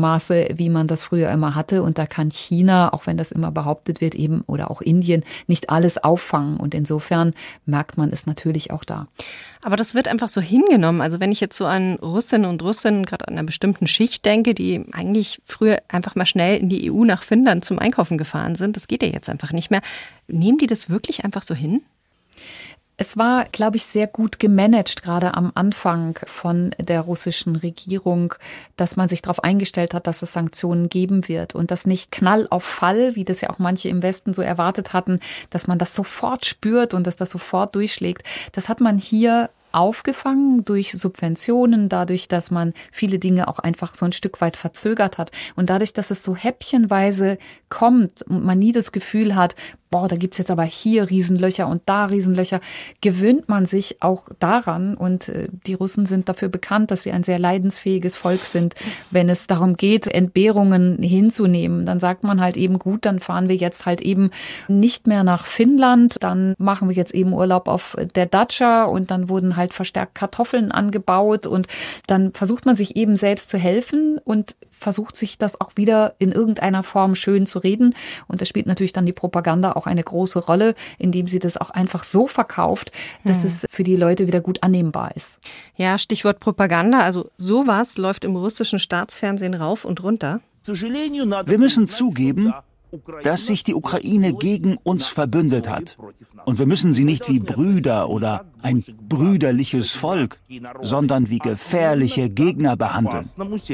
Kontrolle, wie man das früher immer hatte. Und da kann China, auch wenn das immer behauptet wird, eben oder auch Indien, nicht alles auffangen. Und insofern merkt man es natürlich auch da. Aber das wird einfach so hingenommen. Also wenn ich jetzt so an Russinnen und Russen, gerade an einer bestimmten Schicht denke, die eigentlich früher einfach mal schnell in die EU nach Finnland zum Einkaufen gefahren sind, das geht ja jetzt einfach nicht mehr. Nehmen die das wirklich einfach so hin? Es war, glaube ich, sehr gut gemanagt, gerade am Anfang von der russischen Regierung, dass man sich darauf eingestellt hat, dass es Sanktionen geben wird und das nicht Knall auf Fall, wie das ja auch manche im Westen so erwartet hatten, dass man das sofort spürt und dass das sofort durchschlägt. Das hat man hier aufgefangen durch Subventionen, dadurch, dass man viele Dinge auch einfach so ein Stück weit verzögert hat. Und dadurch, dass es so häppchenweise kommt und man nie das Gefühl hat, boah, da gibt's jetzt aber hier Riesenlöcher und da Riesenlöcher, gewöhnt man sich auch daran. Und die Russen sind dafür bekannt, dass sie ein sehr leidensfähiges Volk sind. Wenn es darum geht, Entbehrungen hinzunehmen, dann sagt man halt eben, gut, dann fahren wir jetzt halt eben nicht mehr nach Finnland, dann machen wir jetzt eben Urlaub auf der Datscha und dann wurden halt verstärkt Kartoffeln angebaut und dann versucht man sich eben selbst zu helfen und versucht sich das auch wieder in irgendeiner Form schön zu reden. Und da spielt natürlich dann die Propaganda auch eine große Rolle, indem sie das auch einfach so verkauft, dass es für die Leute wieder gut annehmbar ist. Ja, Stichwort Propaganda. Also sowas läuft im russischen Staatsfernsehen rauf und runter. Wir müssen zugeben, dass sich die Ukraine gegen uns verbündet hat. Und wir müssen sie nicht wie Brüder oder ein brüderliches Volk, sondern wie gefährliche Gegner behandeln.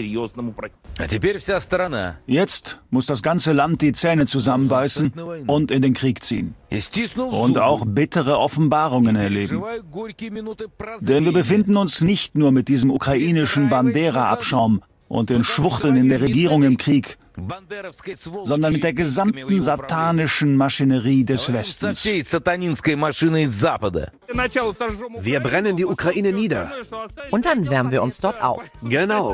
Jetzt muss das ganze Land die Zähne zusammenbeißen und in den Krieg ziehen. Und auch bittere Offenbarungen erleben. Denn wir befinden uns nicht nur mit diesem ukrainischen Bandera-Abschaum und den Schwuchteln in der Regierung im Krieg, sondern mit der gesamten satanischen Maschinerie des Westens. Wir brennen die Ukraine nieder. Und dann wärmen wir uns dort auf. Genau.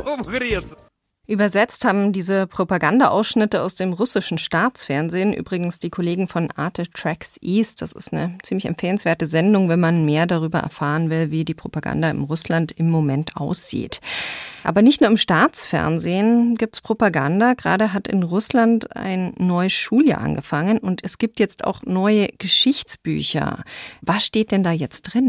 Übersetzt haben diese Propaganda-Ausschnitte aus dem russischen Staatsfernsehen übrigens die Kollegen von Arte Tracks East. Das ist eine ziemlich empfehlenswerte Sendung, wenn man mehr darüber erfahren will, wie die Propaganda in Russland im Moment aussieht. Aber nicht nur im Staatsfernsehen gibt's Propaganda. Gerade hat in Russland ein neues Schuljahr angefangen und es gibt jetzt auch neue Geschichtsbücher. Was steht denn da jetzt drin?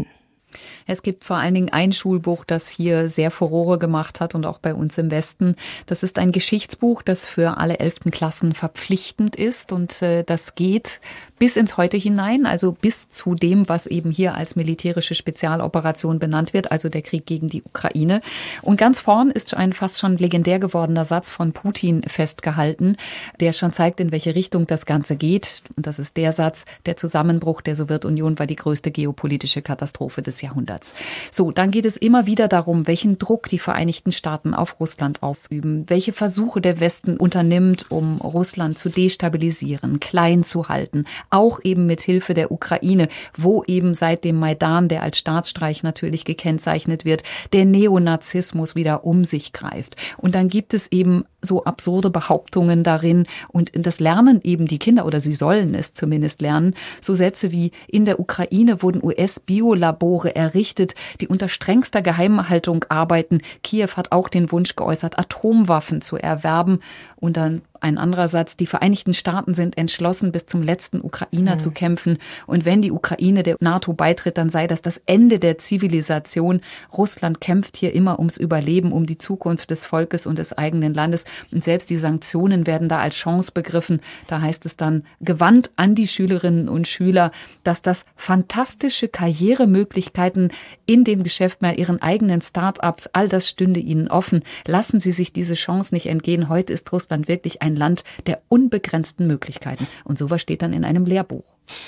Es gibt vor allen Dingen ein Schulbuch, das hier sehr Furore gemacht hat und auch bei uns im Westen. Das ist ein Geschichtsbuch, das für alle 11. Klassen verpflichtend ist und das geht bis ins Heute hinein, also bis zu dem, was eben hier als militärische Spezialoperation benannt wird, also der Krieg gegen die Ukraine. Und ganz vorn ist ein fast schon legendär gewordener Satz von Putin festgehalten, der schon zeigt, in welche Richtung das Ganze geht. Und das ist der Satz, der Zusammenbruch der Sowjetunion war die größte geopolitische Katastrophe des Jahrhunderts. So, dann geht es immer wieder darum, welchen Druck die Vereinigten Staaten auf Russland ausüben, welche Versuche der Westen unternimmt, um Russland zu destabilisieren, klein zu halten, auch eben mit Hilfe der Ukraine, wo eben seit dem Maidan, der als Staatsstreich natürlich gekennzeichnet wird, der Neonazismus wieder um sich greift. Und dann gibt es eben so absurde Behauptungen darin und das lernen eben die Kinder oder sie sollen es zumindest lernen. So Sätze wie: In der Ukraine wurden US-Biolabore errichtet, die unter strengster Geheimhaltung arbeiten. Kiew hat auch den Wunsch geäußert, Atomwaffen zu erwerben. Und dann ein anderer Satz: Die Vereinigten Staaten sind entschlossen, bis zum letzten Ukrainer zu kämpfen. Und wenn die Ukraine der NATO beitritt, dann sei das das Ende der Zivilisation. Russland kämpft hier immer ums Überleben, um die Zukunft des Volkes und des eigenen Landes. Und selbst die Sanktionen werden da als Chance begriffen. Da heißt es dann gewandt an die Schülerinnen und Schüler, dass das fantastische Karrieremöglichkeiten in dem Geschäft mit ihren eigenen Start-ups, all das stünde ihnen offen. Lassen Sie sich diese Chance nicht entgehen. Heute ist Russland wirklich ein Land der unbegrenzten Möglichkeiten. Und sowas steht dann in einem Lehrbuch.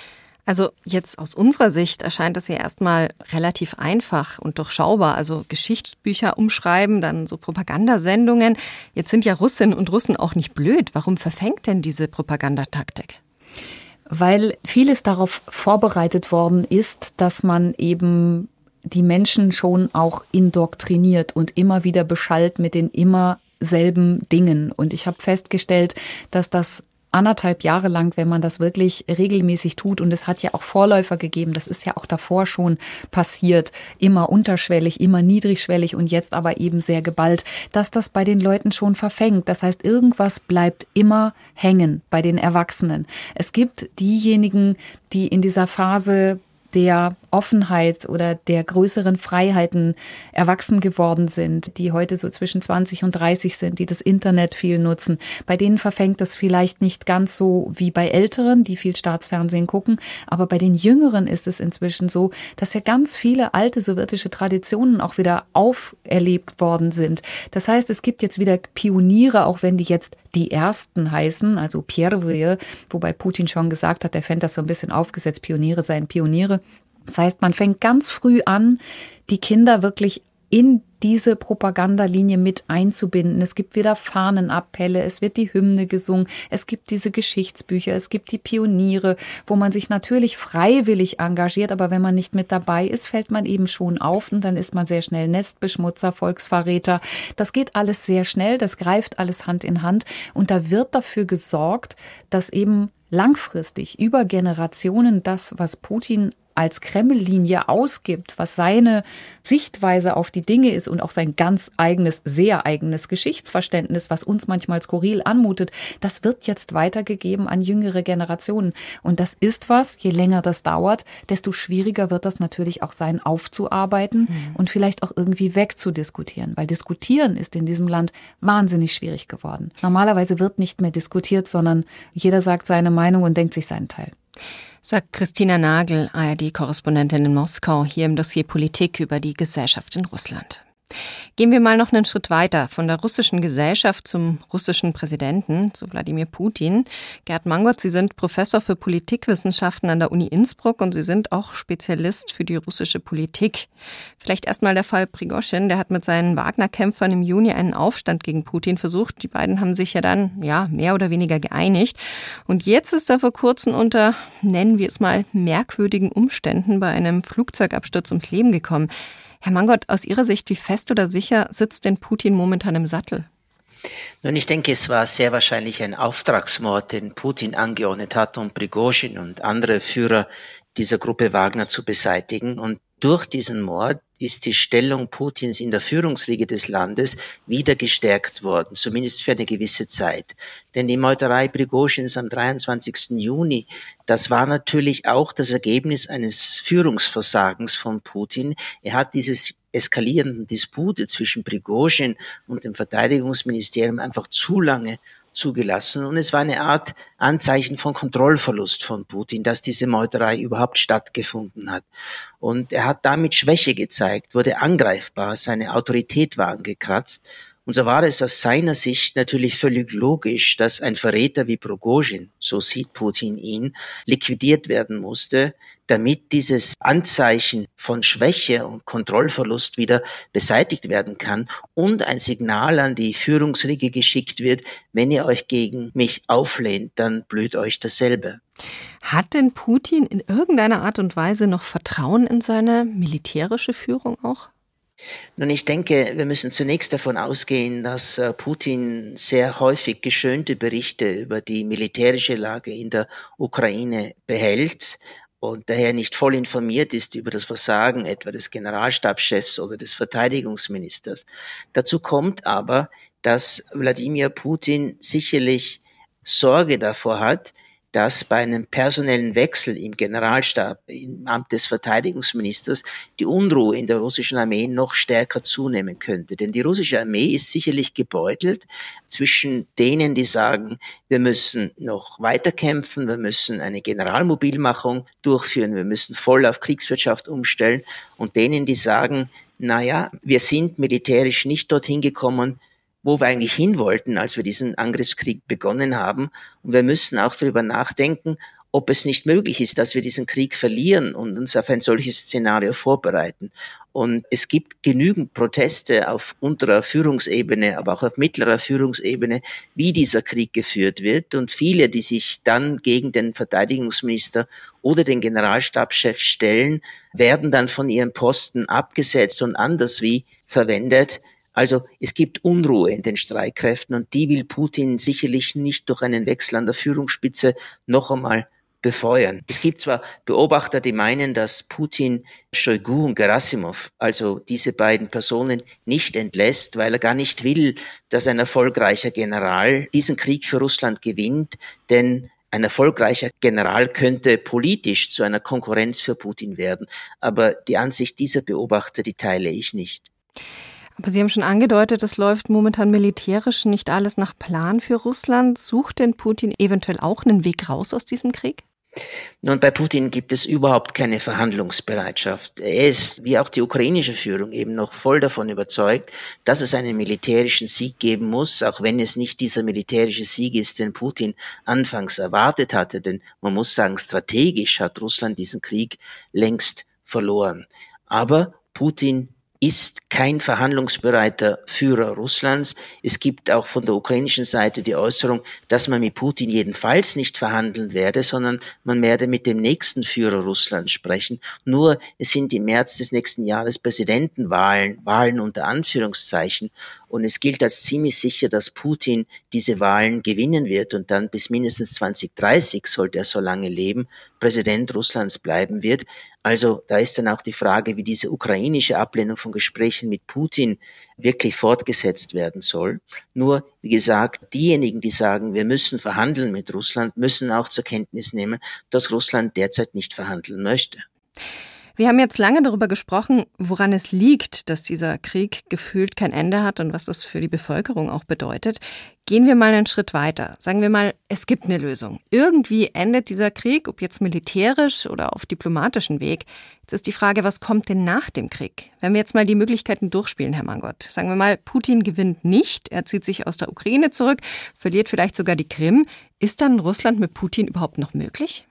Also jetzt aus unserer Sicht erscheint das ja erstmal relativ einfach und durchschaubar. Also Geschichtsbücher umschreiben, dann so Propagandasendungen. Jetzt sind ja Russinnen und Russen auch nicht blöd. Warum verfängt denn diese Propagandataktik? Weil vieles darauf vorbereitet worden ist, dass man eben die Menschen schon auch indoktriniert und immer wieder beschallt mit den immer selben Dingen. Und ich habe festgestellt, dass das 1,5 Jahre lang, wenn man das wirklich regelmäßig tut. Und es hat ja auch Vorläufer gegeben. Das ist ja auch davor schon passiert. Immer unterschwellig, immer niedrigschwellig und jetzt aber eben sehr geballt, dass das bei den Leuten schon verfängt. Das heißt, irgendwas bleibt immer hängen bei den Erwachsenen. Es gibt diejenigen, die in dieser Phase der Offenheit oder der größeren Freiheiten erwachsen geworden sind, die heute so zwischen 20 und 30 sind, die das Internet viel nutzen. Bei denen verfängt das vielleicht nicht ganz so wie bei Älteren, die viel Staatsfernsehen gucken, aber bei den Jüngeren ist es inzwischen so, dass ja ganz viele alte sowjetische Traditionen auch wieder auferlebt worden sind. Das heißt, es gibt jetzt wieder Pioniere, auch wenn die jetzt die Ersten heißen, also Первые, wobei Putin schon gesagt hat, er fände das so ein bisschen aufgesetzt, Pioniere seien Pioniere. Das heißt, man fängt ganz früh an, die Kinder wirklich in diese Propagandalinie mit einzubinden. Es gibt wieder Fahnenappelle, es wird die Hymne gesungen, es gibt diese Geschichtsbücher, es gibt die Pioniere, wo man sich natürlich freiwillig engagiert, aber wenn man nicht mit dabei ist, fällt man eben schon auf und dann ist man sehr schnell Nestbeschmutzer, Volksverräter. Das geht alles sehr schnell, das greift alles Hand in Hand und da wird dafür gesorgt, dass eben langfristig über Generationen das, was Putin als Kreml-Linie ausgibt, was seine Sichtweise auf die Dinge ist und auch sein ganz eigenes, sehr eigenes Geschichtsverständnis, was uns manchmal skurril anmutet, das wird jetzt weitergegeben an jüngere Generationen. Und das ist was, je länger das dauert, desto schwieriger wird das natürlich auch sein, aufzuarbeiten und vielleicht auch irgendwie wegzudiskutieren. Weil diskutieren ist in diesem Land wahnsinnig schwierig geworden. Normalerweise wird nicht mehr diskutiert, sondern jeder sagt seine Meinung und denkt sich seinen Teil. Sagt Christina Nagel, ARD-Korrespondentin in Moskau, hier im Dossier Politik über die Gesellschaft in Russland. Gehen wir mal noch einen Schritt weiter, von der russischen Gesellschaft zum russischen Präsidenten, zu Wladimir Putin. Gerd Mangott, Sie sind Professor für Politikwissenschaften an der Uni Innsbruck und Sie sind auch Spezialist für die russische Politik. Vielleicht erstmal der Fall Prigoschin, der hat mit seinen Wagner-Kämpfern im Juni einen Aufstand gegen Putin versucht. Die beiden haben sich ja dann, mehr oder weniger geeinigt. Und jetzt ist er vor kurzem unter, nennen wir es mal, merkwürdigen Umständen bei einem Flugzeugabsturz ums Leben gekommen. Herr Mangott, aus Ihrer Sicht, wie fest oder sicher sitzt denn Putin momentan im Sattel? Nun, ich denke, es war sehr wahrscheinlich ein Auftragsmord, den Putin angeordnet hat, um Prigoschin und andere Führer dieser Gruppe Wagner zu beseitigen. Und durch diesen Mord ist die Stellung Putins in der Führungsriege des Landes wieder gestärkt worden, zumindest für eine gewisse Zeit. Denn die Meuterei Prigoschins am 23. Juni, das war natürlich auch das Ergebnis eines Führungsversagens von Putin. Er hat dieses eskalierenden Dispute zwischen Prigoschin und dem Verteidigungsministerium einfach zu lange zugelassen und es war eine Art Anzeichen von Kontrollverlust von Putin, dass diese Meuterei überhaupt stattgefunden hat. Und er hat damit Schwäche gezeigt, wurde angreifbar, seine Autorität war angekratzt. Und so war es aus seiner Sicht natürlich völlig logisch, dass ein Verräter wie Prigoschin, so sieht Putin ihn, liquidiert werden musste, damit dieses Anzeichen von Schwäche und Kontrollverlust wieder beseitigt werden kann und ein Signal an die Führungsriege geschickt wird, wenn ihr euch gegen mich auflehnt, dann blüht euch dasselbe. Hat denn Putin in irgendeiner Art und Weise noch Vertrauen in seine militärische Führung auch? Nun, ich denke, wir müssen zunächst davon ausgehen, dass Putin sehr häufig geschönte Berichte über die militärische Lage in der Ukraine behält und daher nicht voll informiert ist über das Versagen etwa des Generalstabschefs oder des Verteidigungsministers. Dazu kommt aber, dass Wladimir Putin sicherlich Sorge davor hat, dass bei einem personellen Wechsel im Generalstab, im Amt des Verteidigungsministers, die Unruhe in der russischen Armee noch stärker zunehmen könnte. Denn die russische Armee ist sicherlich gebeutelt zwischen denen, die sagen, wir müssen noch weiter kämpfen, wir müssen eine Generalmobilmachung durchführen, wir müssen voll auf Kriegswirtschaft umstellen, und denen, die sagen, wir sind militärisch nicht dorthin gekommen, wo wir eigentlich hin wollten, als wir diesen Angriffskrieg begonnen haben. Und wir müssen auch darüber nachdenken, ob es nicht möglich ist, dass wir diesen Krieg verlieren und uns auf ein solches Szenario vorbereiten. Und es gibt genügend Proteste auf unterer Führungsebene, aber auch auf mittlerer Führungsebene, wie dieser Krieg geführt wird. Und viele, die sich dann gegen den Verteidigungsminister oder den Generalstabschef stellen, werden dann von ihrem Posten abgesetzt und anderswie verwendet, Also es gibt Unruhe in den Streitkräften und die will Putin sicherlich nicht durch einen Wechsel an der Führungsspitze noch einmal befeuern. Es gibt zwar Beobachter, die meinen, dass Putin Shoigu und Gerasimov, also diese beiden Personen, nicht entlässt, weil er gar nicht will, dass ein erfolgreicher General diesen Krieg für Russland gewinnt, denn ein erfolgreicher General könnte politisch zu einer Konkurrenz für Putin werden. Aber die Ansicht dieser Beobachter, die teile ich nicht. Aber Sie haben schon angedeutet, es läuft momentan militärisch nicht alles nach Plan für Russland. Sucht denn Putin eventuell auch einen Weg raus aus diesem Krieg? Nun, bei Putin gibt es überhaupt keine Verhandlungsbereitschaft. Er ist, wie auch die ukrainische Führung, eben noch voll davon überzeugt, dass es einen militärischen Sieg geben muss, auch wenn es nicht dieser militärische Sieg ist, den Putin anfangs erwartet hatte. Denn man muss sagen, strategisch hat Russland diesen Krieg längst verloren. Aber Putin ist kein verhandlungsbereiter Führer Russlands. Es gibt auch von der ukrainischen Seite die Äußerung, dass man mit Putin jedenfalls nicht verhandeln werde, sondern man werde mit dem nächsten Führer Russlands sprechen. Nur es sind im März des nächsten Jahres Wahlen unter Anführungszeichen. Und es gilt als ziemlich sicher, dass Putin diese Wahlen gewinnen wird und dann bis mindestens 2030, sollte er so lange leben, Präsident Russlands bleiben wird. Also da ist dann auch die Frage, wie diese ukrainische Ablehnung von Gesprächen mit Putin wirklich fortgesetzt werden soll. Nur, wie gesagt, diejenigen, die sagen, wir müssen verhandeln mit Russland, müssen auch zur Kenntnis nehmen, dass Russland derzeit nicht verhandeln möchte. Wir haben jetzt lange darüber gesprochen, woran es liegt, dass dieser Krieg gefühlt kein Ende hat und was das für die Bevölkerung auch bedeutet. Gehen wir mal einen Schritt weiter. Sagen wir mal, es gibt eine Lösung. Irgendwie endet dieser Krieg, ob jetzt militärisch oder auf diplomatischem Weg. Jetzt ist die Frage, was kommt denn nach dem Krieg? Wenn wir jetzt mal die Möglichkeiten durchspielen, Herr Mangold. Sagen wir mal, Putin gewinnt nicht, er zieht sich aus der Ukraine zurück, verliert vielleicht sogar die Krim. Ist dann Russland mit Putin überhaupt noch möglich?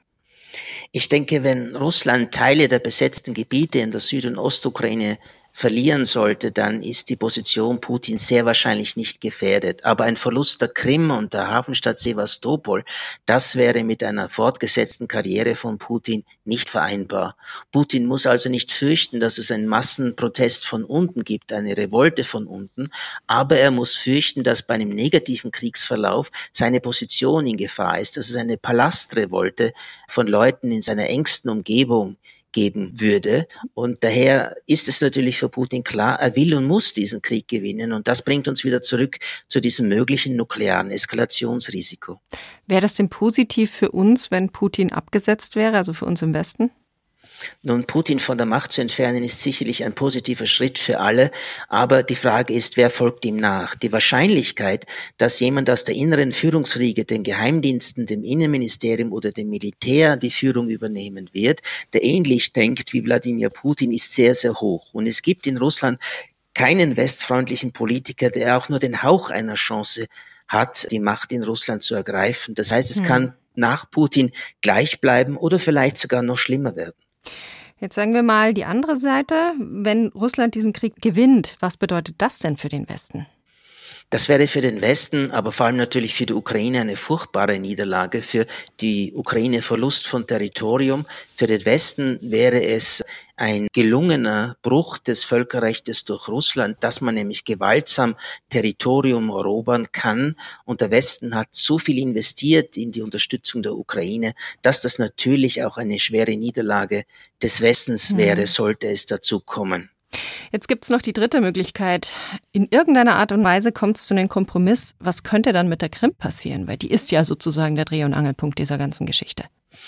Ich denke, wenn Russland Teile der besetzten Gebiete in der Süd- und Ostukraine verlieren sollte, dann ist die Position Putins sehr wahrscheinlich nicht gefährdet. Aber ein Verlust der Krim und der Hafenstadt Sewastopol, das wäre mit einer fortgesetzten Karriere von Putin nicht vereinbar. Putin muss also nicht fürchten, dass es einen Massenprotest von unten gibt, eine Revolte von unten, aber er muss fürchten, dass bei einem negativen Kriegsverlauf seine Position in Gefahr ist, dass es eine Palastrevolte von Leuten in seiner engsten Umgebung geben würde. Und daher ist es natürlich für Putin klar, er will und muss diesen Krieg gewinnen. Und das bringt uns wieder zurück zu diesem möglichen nuklearen Eskalationsrisiko. Wäre das denn positiv für uns, wenn Putin abgesetzt wäre, also für uns im Westen? Nun, Putin von der Macht zu entfernen, ist sicherlich ein positiver Schritt für alle, aber die Frage ist, wer folgt ihm nach? Die Wahrscheinlichkeit, dass jemand aus der inneren Führungsriege, den Geheimdiensten, dem Innenministerium oder dem Militär die Führung übernehmen wird, der ähnlich denkt wie Wladimir Putin, ist sehr, sehr hoch. Und es gibt in Russland keinen westfreundlichen Politiker, der auch nur den Hauch einer Chance hat, die Macht in Russland zu ergreifen. Das heißt, es kann nach Putin gleich bleiben oder vielleicht sogar noch schlimmer werden. Jetzt sagen wir mal die andere Seite. Wenn Russland diesen Krieg gewinnt, was bedeutet das denn für den Westen? Das wäre für den Westen, aber vor allem natürlich für die Ukraine eine furchtbare Niederlage, für die Ukraine Verlust von Territorium. Für den Westen wäre es ein gelungener Bruch des Völkerrechts durch Russland, dass man nämlich gewaltsam Territorium erobern kann. Und der Westen hat so viel investiert in die Unterstützung der Ukraine, dass das natürlich auch eine schwere Niederlage des Westens wäre, sollte es dazu kommen. Jetzt gibt es noch die dritte Möglichkeit. In irgendeiner Art und Weise kommt es zu einem Kompromiss. Was könnte dann mit der Krim passieren? Weil die ist ja sozusagen der Dreh- und Angelpunkt dieser ganzen Geschichte.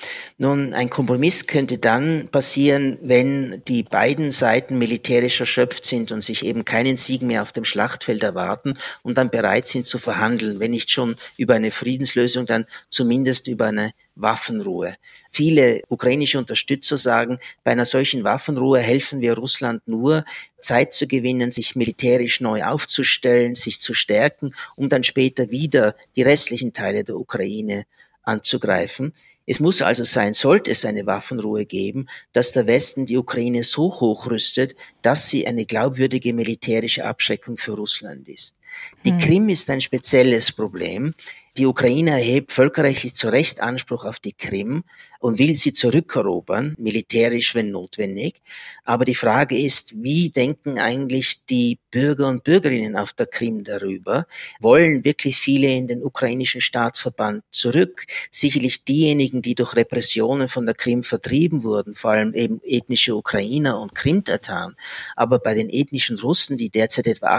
Nun, ein Kompromiss könnte dann passieren, wenn die beiden Seiten militärisch erschöpft sind und sich eben keinen Sieg mehr auf dem Schlachtfeld erwarten und dann bereit sind zu verhandeln, wenn nicht schon über eine Friedenslösung, dann zumindest über eine Waffenruhe. Viele ukrainische Unterstützer sagen, bei einer solchen Waffenruhe helfen wir Russland nur, Zeit zu gewinnen, sich militärisch neu aufzustellen, sich zu stärken, um dann später wieder die restlichen Teile der Ukraine anzugreifen. Es muss also sein, sollte es eine Waffenruhe geben, dass der Westen die Ukraine so hochrüstet, dass sie eine glaubwürdige militärische Abschreckung für Russland ist. Die Krim ist ein spezielles Problem. Die Ukraine erhebt völkerrechtlich zu Recht Anspruch auf die Krim und will sie zurückerobern, militärisch, wenn notwendig. Aber die Frage ist, wie denken eigentlich die Bürger und Bürgerinnen auf der Krim darüber? Wollen wirklich viele in den ukrainischen Staatsverband zurück? Sicherlich diejenigen, die durch Repressionen von der Krim vertrieben wurden, vor allem eben ethnische Ukrainer und Krimtataren. Aber bei den ethnischen Russen, die derzeit etwa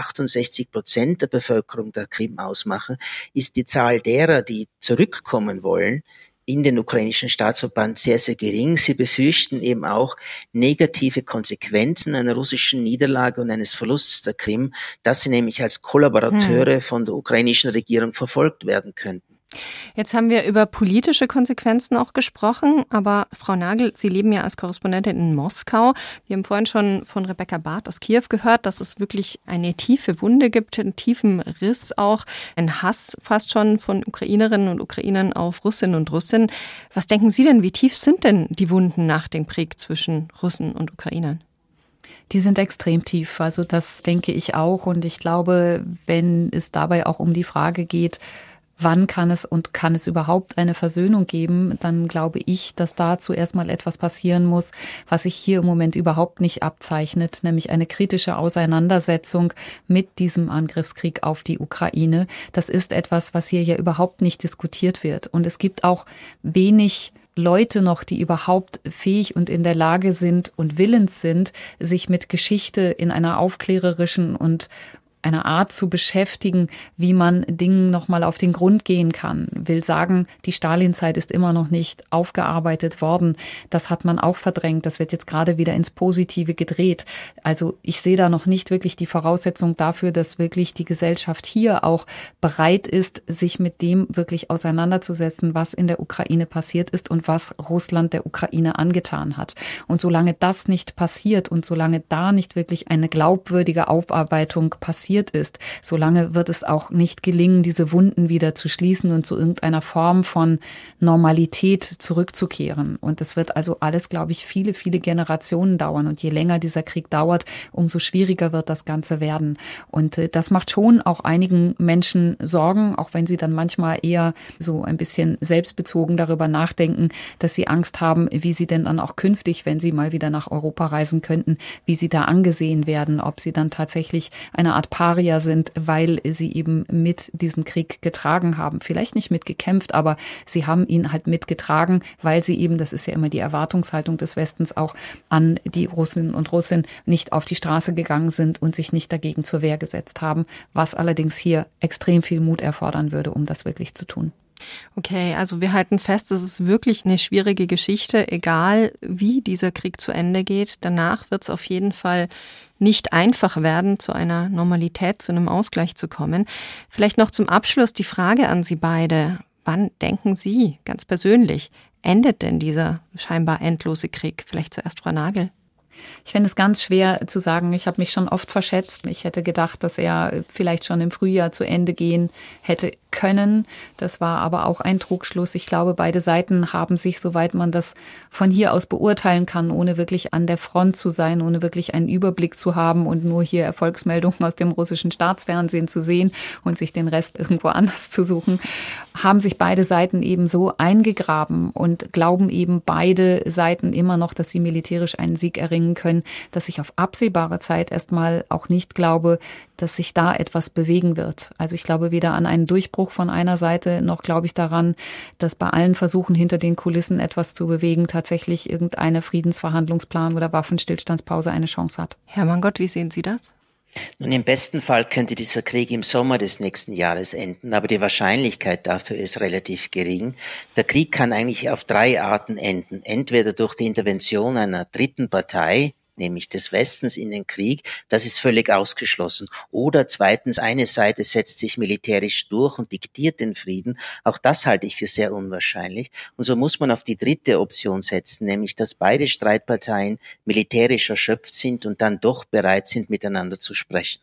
68% der Bevölkerung der Krim ausmachen, ist die Zahl derer, die zurückkommen wollen, in den ukrainischen Staatsverband sehr, sehr gering. Sie befürchten eben auch negative Konsequenzen einer russischen Niederlage und eines Verlusts der Krim, dass sie nämlich als Kollaborateure von der ukrainischen Regierung verfolgt werden könnten. Jetzt haben wir über politische Konsequenzen auch gesprochen, aber Frau Nagel, Sie leben ja als Korrespondentin in Moskau. Wir haben vorhin schon von Rebecca Barth aus Kiew gehört, dass es wirklich eine tiefe Wunde gibt, einen tiefen Riss auch, ein Hass fast schon von Ukrainerinnen und Ukrainern auf Russinnen und Russen. Was denken Sie denn, wie tief sind denn die Wunden nach dem Krieg zwischen Russen und Ukrainern? Die sind extrem tief, also das denke ich auch. Und ich glaube, wenn es dabei auch um die Frage geht, wann kann es überhaupt eine Versöhnung geben, dann glaube ich, dass da zuerst mal etwas passieren muss, was sich hier im Moment überhaupt nicht abzeichnet, nämlich eine kritische Auseinandersetzung mit diesem Angriffskrieg auf die Ukraine. Das ist etwas, was hier ja überhaupt nicht diskutiert wird. Und es gibt auch wenig Leute noch, die überhaupt fähig und in der Lage sind und willens sind, sich mit Geschichte in einer aufklärerischen und einer Art zu beschäftigen, wie man Dingen nochmal auf den Grund gehen kann. Will sagen, die Stalinzeit ist immer noch nicht aufgearbeitet worden. Das hat man auch verdrängt. Das wird jetzt gerade wieder ins Positive gedreht. Also ich sehe da noch nicht wirklich die Voraussetzung dafür, dass wirklich die Gesellschaft hier auch bereit ist, sich mit dem wirklich auseinanderzusetzen, was in der Ukraine passiert ist und was Russland der Ukraine angetan hat. Und solange das nicht passiert und solange da nicht wirklich eine glaubwürdige Aufarbeitung passiert ist, solange wird es auch nicht gelingen, diese Wunden wieder zu schließen und zu irgendeiner Form von Normalität zurückzukehren. Und es wird also alles, glaube ich, viele, viele Generationen dauern. Und je länger dieser Krieg dauert, umso schwieriger wird das Ganze werden. Und das macht schon auch einigen Menschen Sorgen, auch wenn sie dann manchmal eher so ein bisschen selbstbezogen darüber nachdenken, dass sie Angst haben, wie sie denn dann auch künftig, wenn sie mal wieder nach Europa reisen könnten, wie sie da angesehen werden, ob sie dann tatsächlich eine Art Paria sind, weil sie eben mit diesen Krieg getragen haben. Vielleicht nicht mitgekämpft, aber sie haben ihn halt mitgetragen, weil sie eben, das ist ja immer die Erwartungshaltung des Westens, auch an die Russinnen und Russen nicht auf die Straße gegangen sind und sich nicht dagegen zur Wehr gesetzt haben, was allerdings hier extrem viel Mut erfordern würde, um das wirklich zu tun. Okay, also wir halten fest, es ist wirklich eine schwierige Geschichte, egal wie dieser Krieg zu Ende geht. Danach wird es auf jeden Fall nicht einfach werden, zu einer Normalität, zu einem Ausgleich zu kommen. Vielleicht noch zum Abschluss die Frage an Sie beide. Wann denken Sie ganz persönlich, endet denn dieser scheinbar endlose Krieg? Vielleicht zuerst Frau Nagel. Ich finde es ganz schwer zu sagen. Ich habe mich schon oft verschätzt. Ich hätte gedacht, dass er vielleicht schon im Frühjahr zu Ende gehen hätte können. Das war aber auch ein Trugschluss. Ich glaube, beide Seiten haben sich, soweit man das von hier aus beurteilen kann, ohne wirklich an der Front zu sein, ohne wirklich einen Überblick zu haben und nur hier Erfolgsmeldungen aus dem russischen Staatsfernsehen zu sehen und sich den Rest irgendwo anders zu suchen, haben sich beide Seiten eben so eingegraben und glauben eben beide Seiten immer noch, dass sie militärisch einen Sieg erringen können, dass ich auf absehbare Zeit erstmal auch nicht glaube, dass sich da etwas bewegen wird. Also ich glaube weder an einen Durchbruch von einer Seite, noch glaube ich daran, dass bei allen Versuchen hinter den Kulissen etwas zu bewegen, tatsächlich irgendeine Friedensverhandlungsplan oder Waffenstillstandspause eine Chance hat. Herr Mangott, wie sehen Sie das? Nun, im besten Fall könnte dieser Krieg im Sommer des nächsten Jahres enden, aber die Wahrscheinlichkeit dafür ist relativ gering. Der Krieg kann eigentlich auf 3 Arten enden. Entweder durch die Intervention einer dritten Partei, nämlich des Westens in den Krieg, das ist völlig ausgeschlossen. Oder zweitens, eine Seite setzt sich militärisch durch und diktiert den Frieden. Auch das halte ich für sehr unwahrscheinlich. Und so muss man auf die dritte Option setzen, nämlich dass beide Streitparteien militärisch erschöpft sind und dann doch bereit sind, miteinander zu sprechen.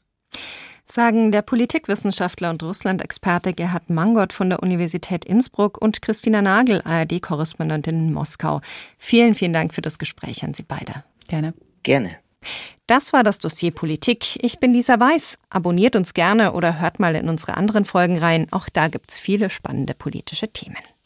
Sagen der Politikwissenschaftler und Russland-Experte Gerhard Mangott von der Universität Innsbruck und Christina Nagel, ARD-Korrespondentin in Moskau. Vielen, vielen Dank für das Gespräch an Sie beide. Gerne. Gerne. Das war das Dossier Politik. Ich bin Lisa Weiß. Abonniert uns gerne oder hört mal in unsere anderen Folgen rein. Auch da gibt's viele spannende politische Themen.